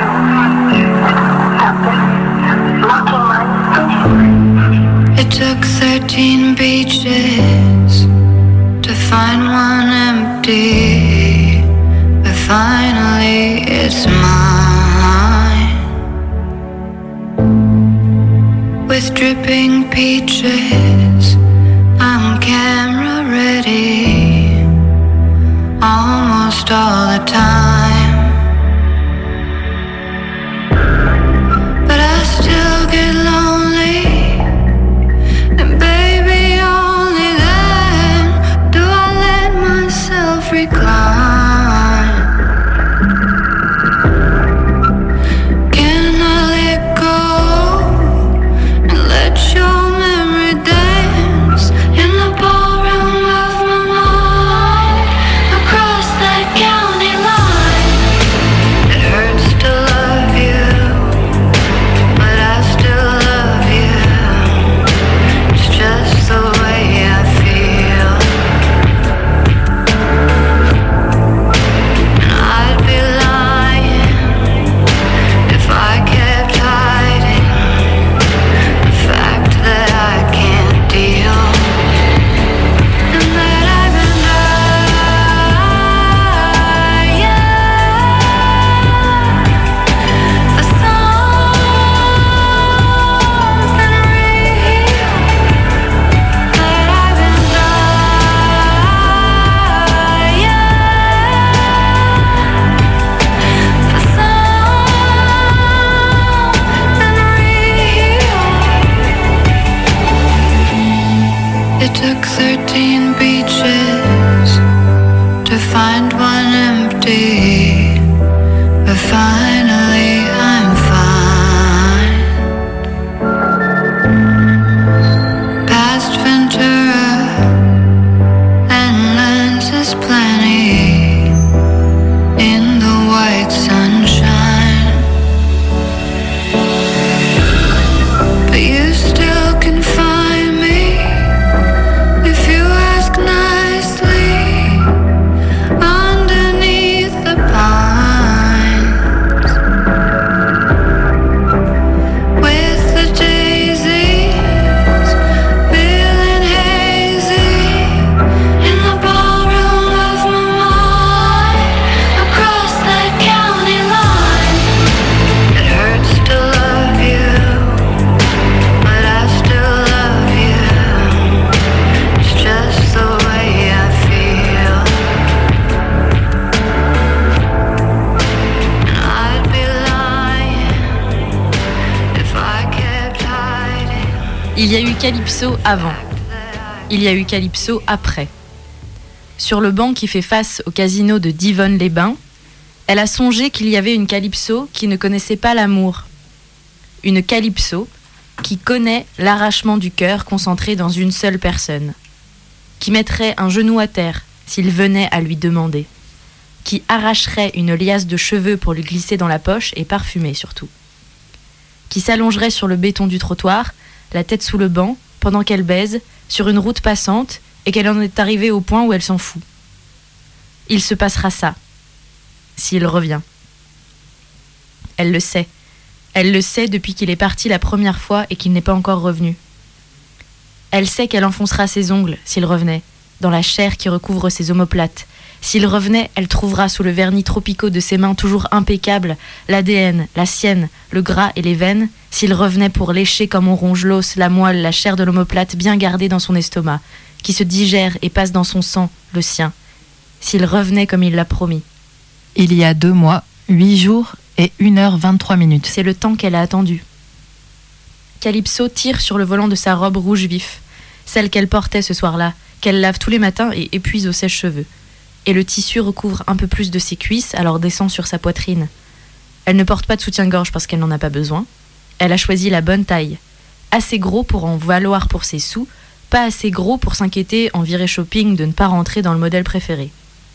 something blocking my vision. It took thirteen beaches to find one empty, but finally it's mine. With dripping peaches, I'm camera ready almost all the time. But I still get lonely. And baby, only then do I let myself recline. Can I let go and let your memory dance to find one empty, but finally I'm fine. Past Ventura and lenses plenty in the white sunshine, but you still can find me if you ask nicely underneath the pines with the daisies feeling hazy in the ballroom of my mind across that county line. It hurts to love you, but I still love you. It's just the way I feel, and I'd be lying if I kept hiding. Il y a eu Calypso avant. Il y a eu Calypso après. Sur le banc qui fait face au casino de Divonne-les-Bains, elle a songé qu'il y avait une Calypso qui ne connaissait pas l'amour. Une Calypso qui connaît l'arrachement du cœur concentré dans une seule personne. Qui mettrait un genou à terre s'il venait à lui demander. Qui arracherait une liasse de cheveux pour lui glisser dans la poche et parfumer surtout. Qui s'allongerait sur le béton du trottoir, la tête sous le banc, pendant qu'elle baise, sur une route passante, et qu'elle en est arrivée au point où elle s'en fout. Il se passera ça, s'il revient. Elle le sait. Elle le sait depuis qu'il est parti la première fois et qu'il n'est pas encore revenu. Elle sait qu'elle enfoncera ses ongles s'il revenait, dans la chair qui recouvre ses omoplates. S'il revenait, elle trouvera sous le vernis tropicaux de ses mains toujours impeccables l'A D N, la sienne, le gras et les veines. S'il revenait pour lécher comme on ronge l'os, la moelle, la chair de l'omoplate bien gardée dans son estomac, qui se digère et passe dans son sang, le sien. S'il revenait comme il l'a promis. Il y a deux mois, huit jours et une heure vingt-trois minutes. C'est le temps qu'elle a attendu. Calypso tire sur le volant de sa robe rouge vif, celle qu'elle portait ce soir-là, qu'elle lave tous les matins et épuise au sèche-cheveux. Et le tissu recouvre un peu plus de ses cuisses, alors descend sur sa poitrine. Elle ne porte pas de soutien-gorge parce qu'elle n'en a pas besoin. Elle a choisi la bonne taille. Assez gros pour en valoir pour ses sous, pas assez gros pour s'inquiéter en virée shopping de ne pas rentrer dans le modèle préféré.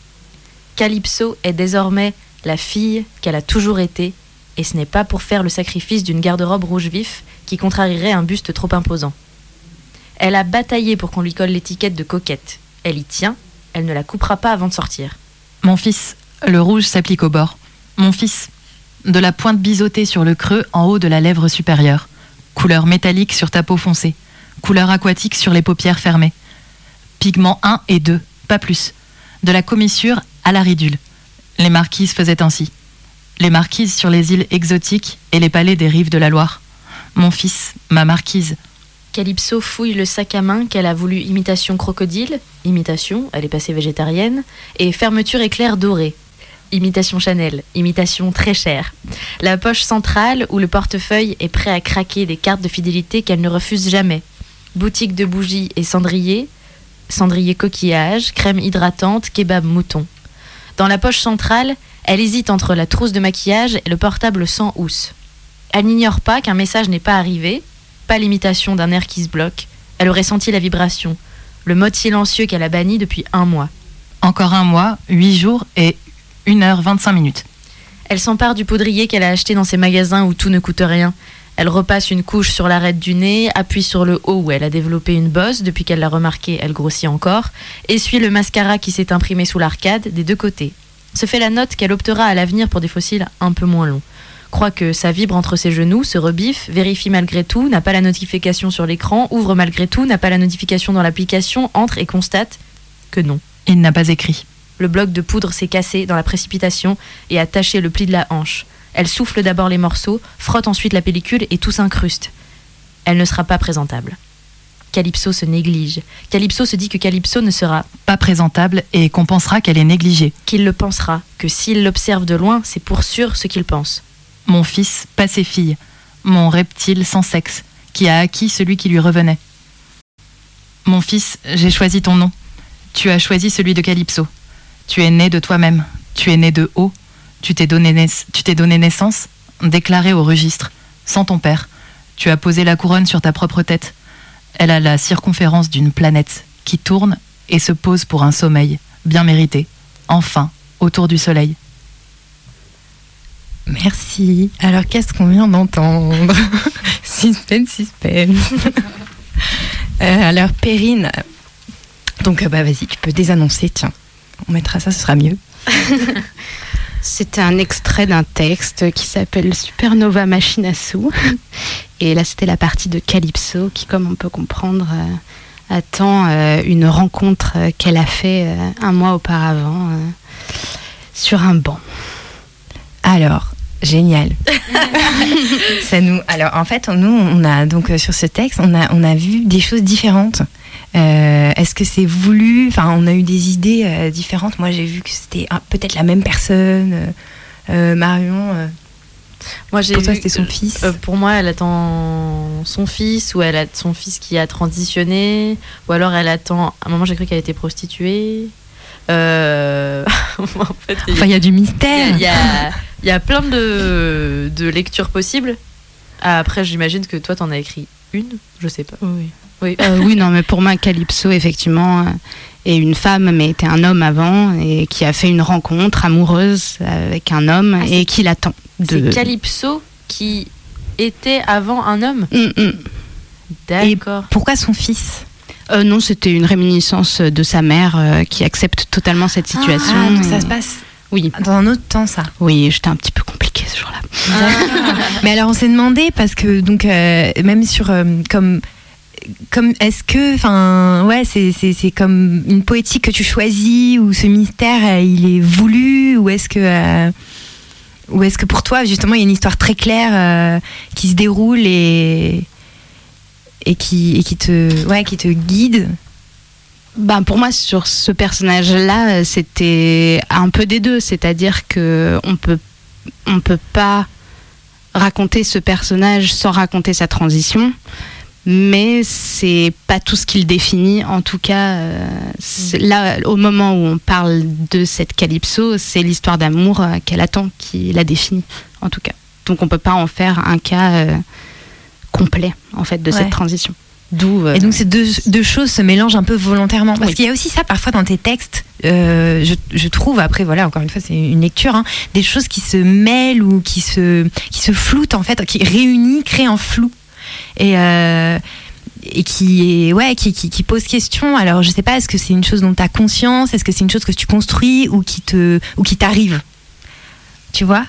Calypso est désormais la fille qu'elle a toujours été, et ce n'est pas pour faire le sacrifice d'une garde-robe rouge vif qui contrarierait un buste trop imposant. Elle a bataillé pour qu'on lui colle l'étiquette de coquette. Elle y tient, elle ne la coupera pas avant de sortir. Mon fils, le rouge s'applique au bord. Mon fils, de la pointe biseautée sur le creux en haut de la lèvre supérieure. Couleur métallique sur ta peau foncée. Couleur aquatique sur les paupières fermées. Pigments un et deux, pas plus. De la commissure à la ridule. Les marquises faisaient ainsi. Les marquises sur les îles exotiques et les palais des rives de la Loire. Mon fils, ma marquise. Calypso fouille le sac à main qu'elle a voulu imitation crocodile, imitation, elle est passée végétarienne, et fermeture éclair dorée, imitation Chanel, imitation très chère. La poche centrale où le portefeuille est prêt à craquer des cartes de fidélité qu'elle ne refuse jamais. Boutique de bougies et cendrier, cendrier coquillage, crème hydratante, kebab mouton. Dans la poche centrale, elle hésite entre la trousse de maquillage et le portable sans housse. Elle n'ignore pas qu'un message n'est pas arrivé, pas l'imitation d'un air qui se bloque. Elle aurait senti la vibration, le mode silencieux qu'elle a banni depuis un mois. Encore un mois, huit jours et une heure vingt-cinq minutes. Elle s'empare du poudrier qu'elle a acheté dans ces magasins où tout ne coûte rien. Elle repasse une couche sur l'arête du nez, appuie sur le haut où elle a développé une bosse. Depuis qu'elle l'a remarqué, elle grossit encore. Essuie le mascara qui s'est imprimé sous l'arcade des deux côtés. Se fait la note qu'elle optera à l'avenir pour des fossiles un peu moins longs. Croit que ça vibre entre ses genoux, se rebiffe, vérifie malgré tout, n'a pas la notification sur l'écran, ouvre malgré tout, n'a pas la notification dans l'application, entre et constate que non. Il n'a pas écrit. Le bloc de poudre s'est cassé dans la précipitation et a taché le pli de la hanche. Elle souffle d'abord les morceaux, frotte ensuite la pellicule et tout s'incruste. Elle ne sera pas présentable. Calypso se néglige. Calypso se dit que Calypso ne sera pas présentable et qu'on pensera qu'elle est négligée. Qu'il le pensera, que s'il l'observe de loin, c'est pour sûr ce qu'il pense. Mon fils, pas ses filles. Mon reptile sans sexe, qui a acquis celui qui lui revenait. Mon fils, j'ai choisi ton nom. Tu as choisi celui de Calypso. Tu es né de toi-même, tu es né de haut, tu t'es donné, naiss- tu t'es donné naissance, déclaré au registre, sans ton père. Tu as posé la couronne sur ta propre tête. Elle a la circonférence d'une planète qui tourne et se pose pour un sommeil, bien mérité, enfin, autour du soleil. Merci. Alors, qu'est-ce qu'on vient d'entendre? Suspense, suspense. euh, alors, Perrine, donc, euh, bah, vas-y, tu peux désannoncer, tiens. On mettra ça, ce sera mieux. C'était un extrait d'un texte qui s'appelle Supernova Machine à sous. Et là, c'était la partie de Calypso qui, comme on peut comprendre, euh, attend euh, une rencontre euh, qu'elle a fait euh, un mois auparavant euh, sur un banc. Alors, génial. Ça nous, alors, en fait, nous, on a donc euh, sur ce texte, on a, on a vu des choses différentes. Euh, est-ce que c'est voulu? Enfin, on a eu des idées euh, différentes. Moi, j'ai vu que c'était ah, peut-être la même personne. Euh, euh, Marion, euh, Moi, j'ai pour toi, vu- c'était son fils. Euh, pour moi, elle attend son fils, ou elle a son fils qui a transitionné, ou alors elle attend. À un moment, j'ai cru qu'elle était prostituée. Euh... en fait, il y a- Enfin, il y a du il y mystère. a- il y a, il y a plein de, de lectures possibles. Après, j'imagine que toi, t'en as écrit une. Je sais pas. Oui. Oui. Euh, oui, non, mais pour moi, Calypso, effectivement, euh, est une femme, mais était un homme avant, et qui a fait une rencontre amoureuse avec un homme, Ah, et qui l'attend. C'est De... Calypso qui était avant un homme. Hum, hum. D'accord. Pourquoi son fils? Euh, non, c'était une réminiscence de sa mère euh, qui accepte totalement cette situation. Ah, donc ça Et- se passe Oui, dans un autre temps, ça. oui, j'étais un petit peu compliquée ce jour-là. Mais alors on s'est demandé parce que donc euh, même sur euh, comme comme est-ce que enfin ouais c'est c'est c'est comme une poétique que tu choisis ou ce mystère euh, il est voulu ou est-ce que euh, ou est-ce que pour toi justement il y a une histoire très claire euh, qui se déroule et et qui et qui te ouais qui te guide. Ben, pour moi, sur ce personnage-là, euh, c'était un peu des deux. C'est-à-dire qu'on peut, on peut pas raconter ce personnage sans raconter sa transition. Mais c'est pas tout ce qu'il définit. En tout cas, euh, c'est- là, au moment où on parle de cette Calypso, c'est l'histoire d'amour euh, qu'elle attend qui la définit, en tout cas. Donc on peut pas en faire un cas euh, complet, en fait, de Ouais. cette transition. D'où. euh, Et donc ces deux, deux choses se mélangent un peu volontairement. Parce Oui. qu'il y a aussi ça parfois dans tes textes, euh, je, je trouve, après voilà, encore une fois c'est une lecture, hein, des choses qui se mêlent ou qui se, qui se floutent en fait, qui réunissent, créent un flou. Et, euh, et qui, est, ouais, qui, qui, qui pose question. Alors je sais pas, est-ce que c'est une chose dont tu as conscience? Est-ce que c'est une chose que tu construis ou qui, te, ou qui t'arrive? Tu vois?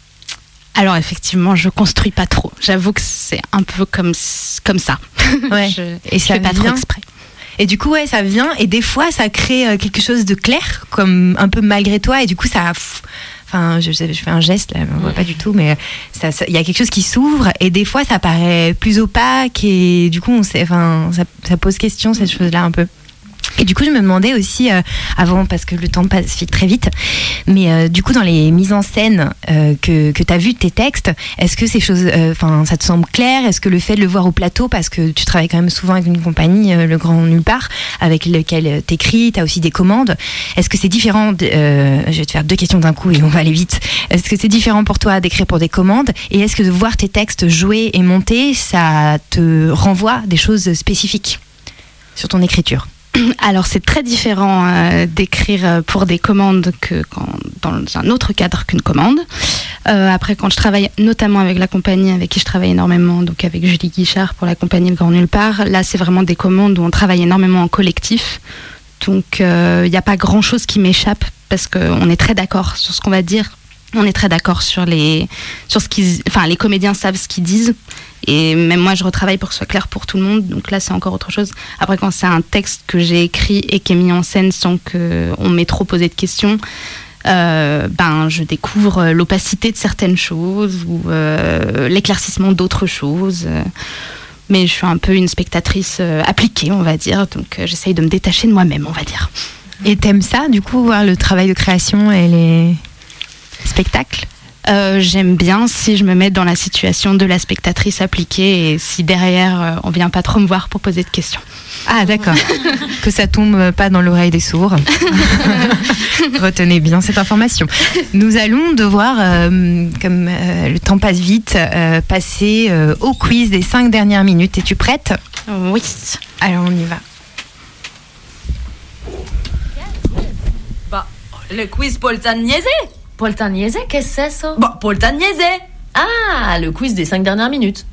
Alors effectivement, je construis pas trop. J'avoue que c'est un peu comme, comme ça. Ouais. je Et je fais pas trop vient- exprès. Et du coup, ouais, ça vient, et des fois, ça crée euh, quelque chose de clair, comme un peu malgré toi, et du coup, ça. pff, Enfin, je, je fais un geste là, on voit pas du tout, mais ça, ça- il y a quelque chose qui s'ouvre, et des fois, ça paraît plus opaque, et du coup, on sait, enfin, ça, ça pose question, cette chose-là, un peu. Et du coup, je me demandais aussi, euh, avant, parce que le temps passe vite, très vite, mais euh, du coup, dans les mises en scène euh, que, que tu as vues de tes textes, est-ce que ces choses, enfin, ça te semble clair? Est-ce que le fait de le voir au plateau, parce que tu travailles quand même souvent avec une compagnie, euh, Le Grand Nulle Part, avec lequel tu écris, tu as aussi des commandes, est-ce que c'est différent de- euh, je vais te faire deux questions d'un coup et on va aller vite. Est-ce que c'est différent pour toi d'écrire pour des commandes? Et est-ce que de voir tes textes jouer et monter, ça te renvoie des choses spécifiques sur ton écriture? Alors c'est très différent euh, d'écrire pour des commandes que quand, dans un autre cadre qu'une commande. Euh, après, quand je travaille notamment avec la compagnie avec qui je travaille énormément, donc avec Julie Guichard pour la compagnie Le Grand Nulle Part, là c'est vraiment des commandes où on travaille énormément en collectif. Donc il euh, n'y a pas grand-chose qui m'échappe parce qu'on est très d'accord sur ce qu'on va dire. On est très d'accord sur les, sur ce qu'ils, enfin les comédiens savent ce qu'ils disent. Et même moi, je retravaille pour que ce soit clair pour tout le monde. Donc là, c'est encore autre chose. Après, quand c'est un texte que j'ai écrit et qui est mis en scène sans qu'on m'ait trop posé de questions, euh, ben, je découvre l'opacité de certaines choses ou euh, l'éclaircissement d'autres choses. Mais je suis un peu une spectatrice euh, appliquée, on va dire. Donc euh, j'essaye de me détacher de moi-même, on va dire. Et t'aimes ça, du coup, voir le travail de création et les spectacles? Euh, j'aime bien si je me mets dans la situation de la spectatrice appliquée et si derrière euh, on vient pas trop me voir pour poser de questions. Ah d'accord, que ça tombe pas dans l'oreille des sourds. Retenez bien cette information. Nous allons devoir, euh, comme euh, le temps passe vite, euh, passer euh, au quiz des cinq dernières minutes. Es-tu prête ? Oui. Alors on y va. Bah, le quiz poltagnese. Poltagnese, qu'est-ce que c'est ça? Bah, poltagnese. Ah, le quiz des cinq dernières minutes.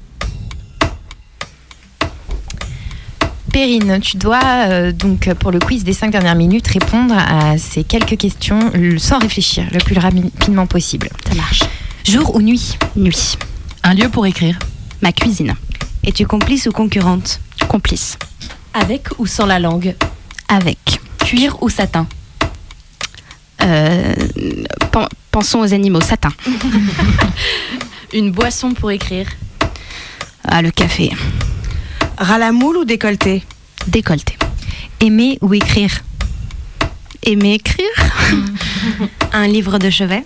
Perrine, tu dois euh, donc pour le quiz des cinq dernières minutes répondre à ces quelques questions euh, sans réfléchir, le plus rapidement possible. Ça marche. Jour ou nuit ? Nuit. Un lieu pour écrire. Ma cuisine. Es-tu complice ou concurrente? Complice. Avec ou sans la langue? Avec. Cuir ou satin? Euh, pen- pensons aux animaux. Satin. Une boisson pour écrire. Ah, le café. Ras la moule ou décolleté? Décolleté. Aimer ou écrire ? Aimer écrire. Un livre de chevet?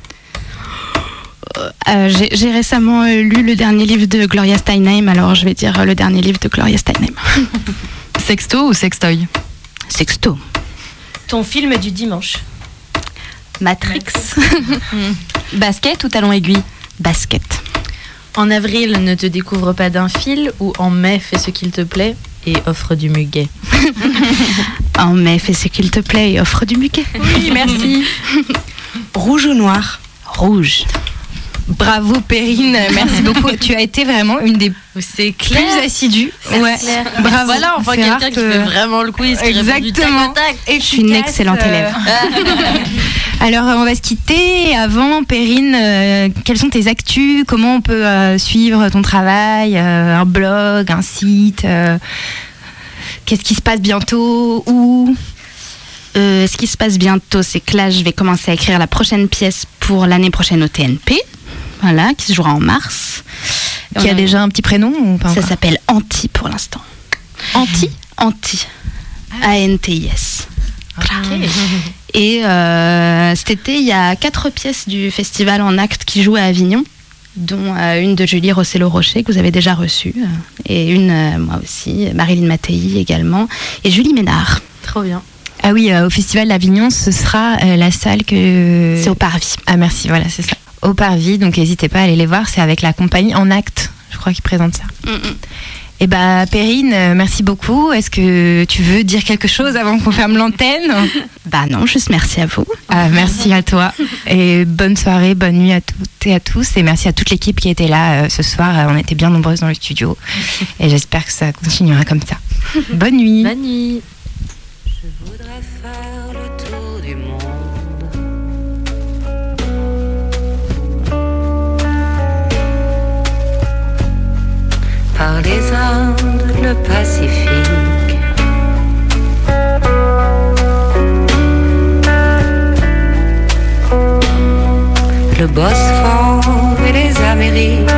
Euh, j'ai, j'ai récemment euh, lu le dernier livre de Gloria Steinem, alors je vais dire euh, le dernier livre de Gloria Steinem. Sexto ou sextoy? Sexto. Ton film du dimanche? Matrix. Basket ou talon aiguille? Basket. En avril, ne te découvre pas d'un fil, ou en mai, fais ce qu'il te plaît et offre du muguet. En mai, fais ce qu'il te plaît et offre du muguet. Oui, merci. Rouge ou noir? Rouge. Bravo Perrine, merci beaucoup. Tu as été vraiment une des C'est plus clair. assidues. C'est Ouais. clair. Bravo. Voilà, enfin C'est quelqu'un rare qui que- fait vraiment le quiz, qui répond du tac Exactement. au tac. Je suis une excellente élève. Alors, on va se quitter. Avant, Perrine, euh, quelles sont tes actus? Comment on peut euh, suivre ton travail? Euh, un blog, un site? euh, Qu'est-ce qui se passe bientôt? Où? Euh, ce qui se passe bientôt, c'est que là, je vais commencer à écrire la prochaine pièce pour l'année prochaine au T N P. Voilà, qui se jouera en mars. Et Qui on a déjà un petit prénom ou pas Ça encore? s'appelle Anti pour l'instant. Anti? Anti. A N T I S. Et euh, cet été, il y a quatre pièces du festival en acte qui jouent à Avignon, dont euh, une de Julie Rossello-Rocher que vous avez déjà reçue, euh, et une, euh, moi aussi, Marilyn Mattei également, et Julie Ménard. Trop bien. Ah oui, euh, au Festival d'Avignon, ce sera euh, la salle que... C'est au Parvis. Ah merci, voilà, c'est ça. Au Parvis, donc n'hésitez pas à aller les voir, c'est avec la compagnie En Acte, je crois qu'ils présentent ça. Mm-mm. Eh bah Perrine, euh, merci beaucoup. Est-ce que tu veux dire quelque chose avant qu'on ferme l'antenne? Bah non, juste merci à vous. Ah, merci à toi. Et bonne soirée, bonne nuit à toutes et à tous. Et merci à toute l'équipe qui était là euh, ce soir. Euh, On était bien nombreuses dans le studio. Et j'espère que ça continuera comme ça. Bonne nuit. Bonne nuit. Je voudrais faire le tour du monde. Par les Indes, le Pacifique. Le Bosphore et les Amériques.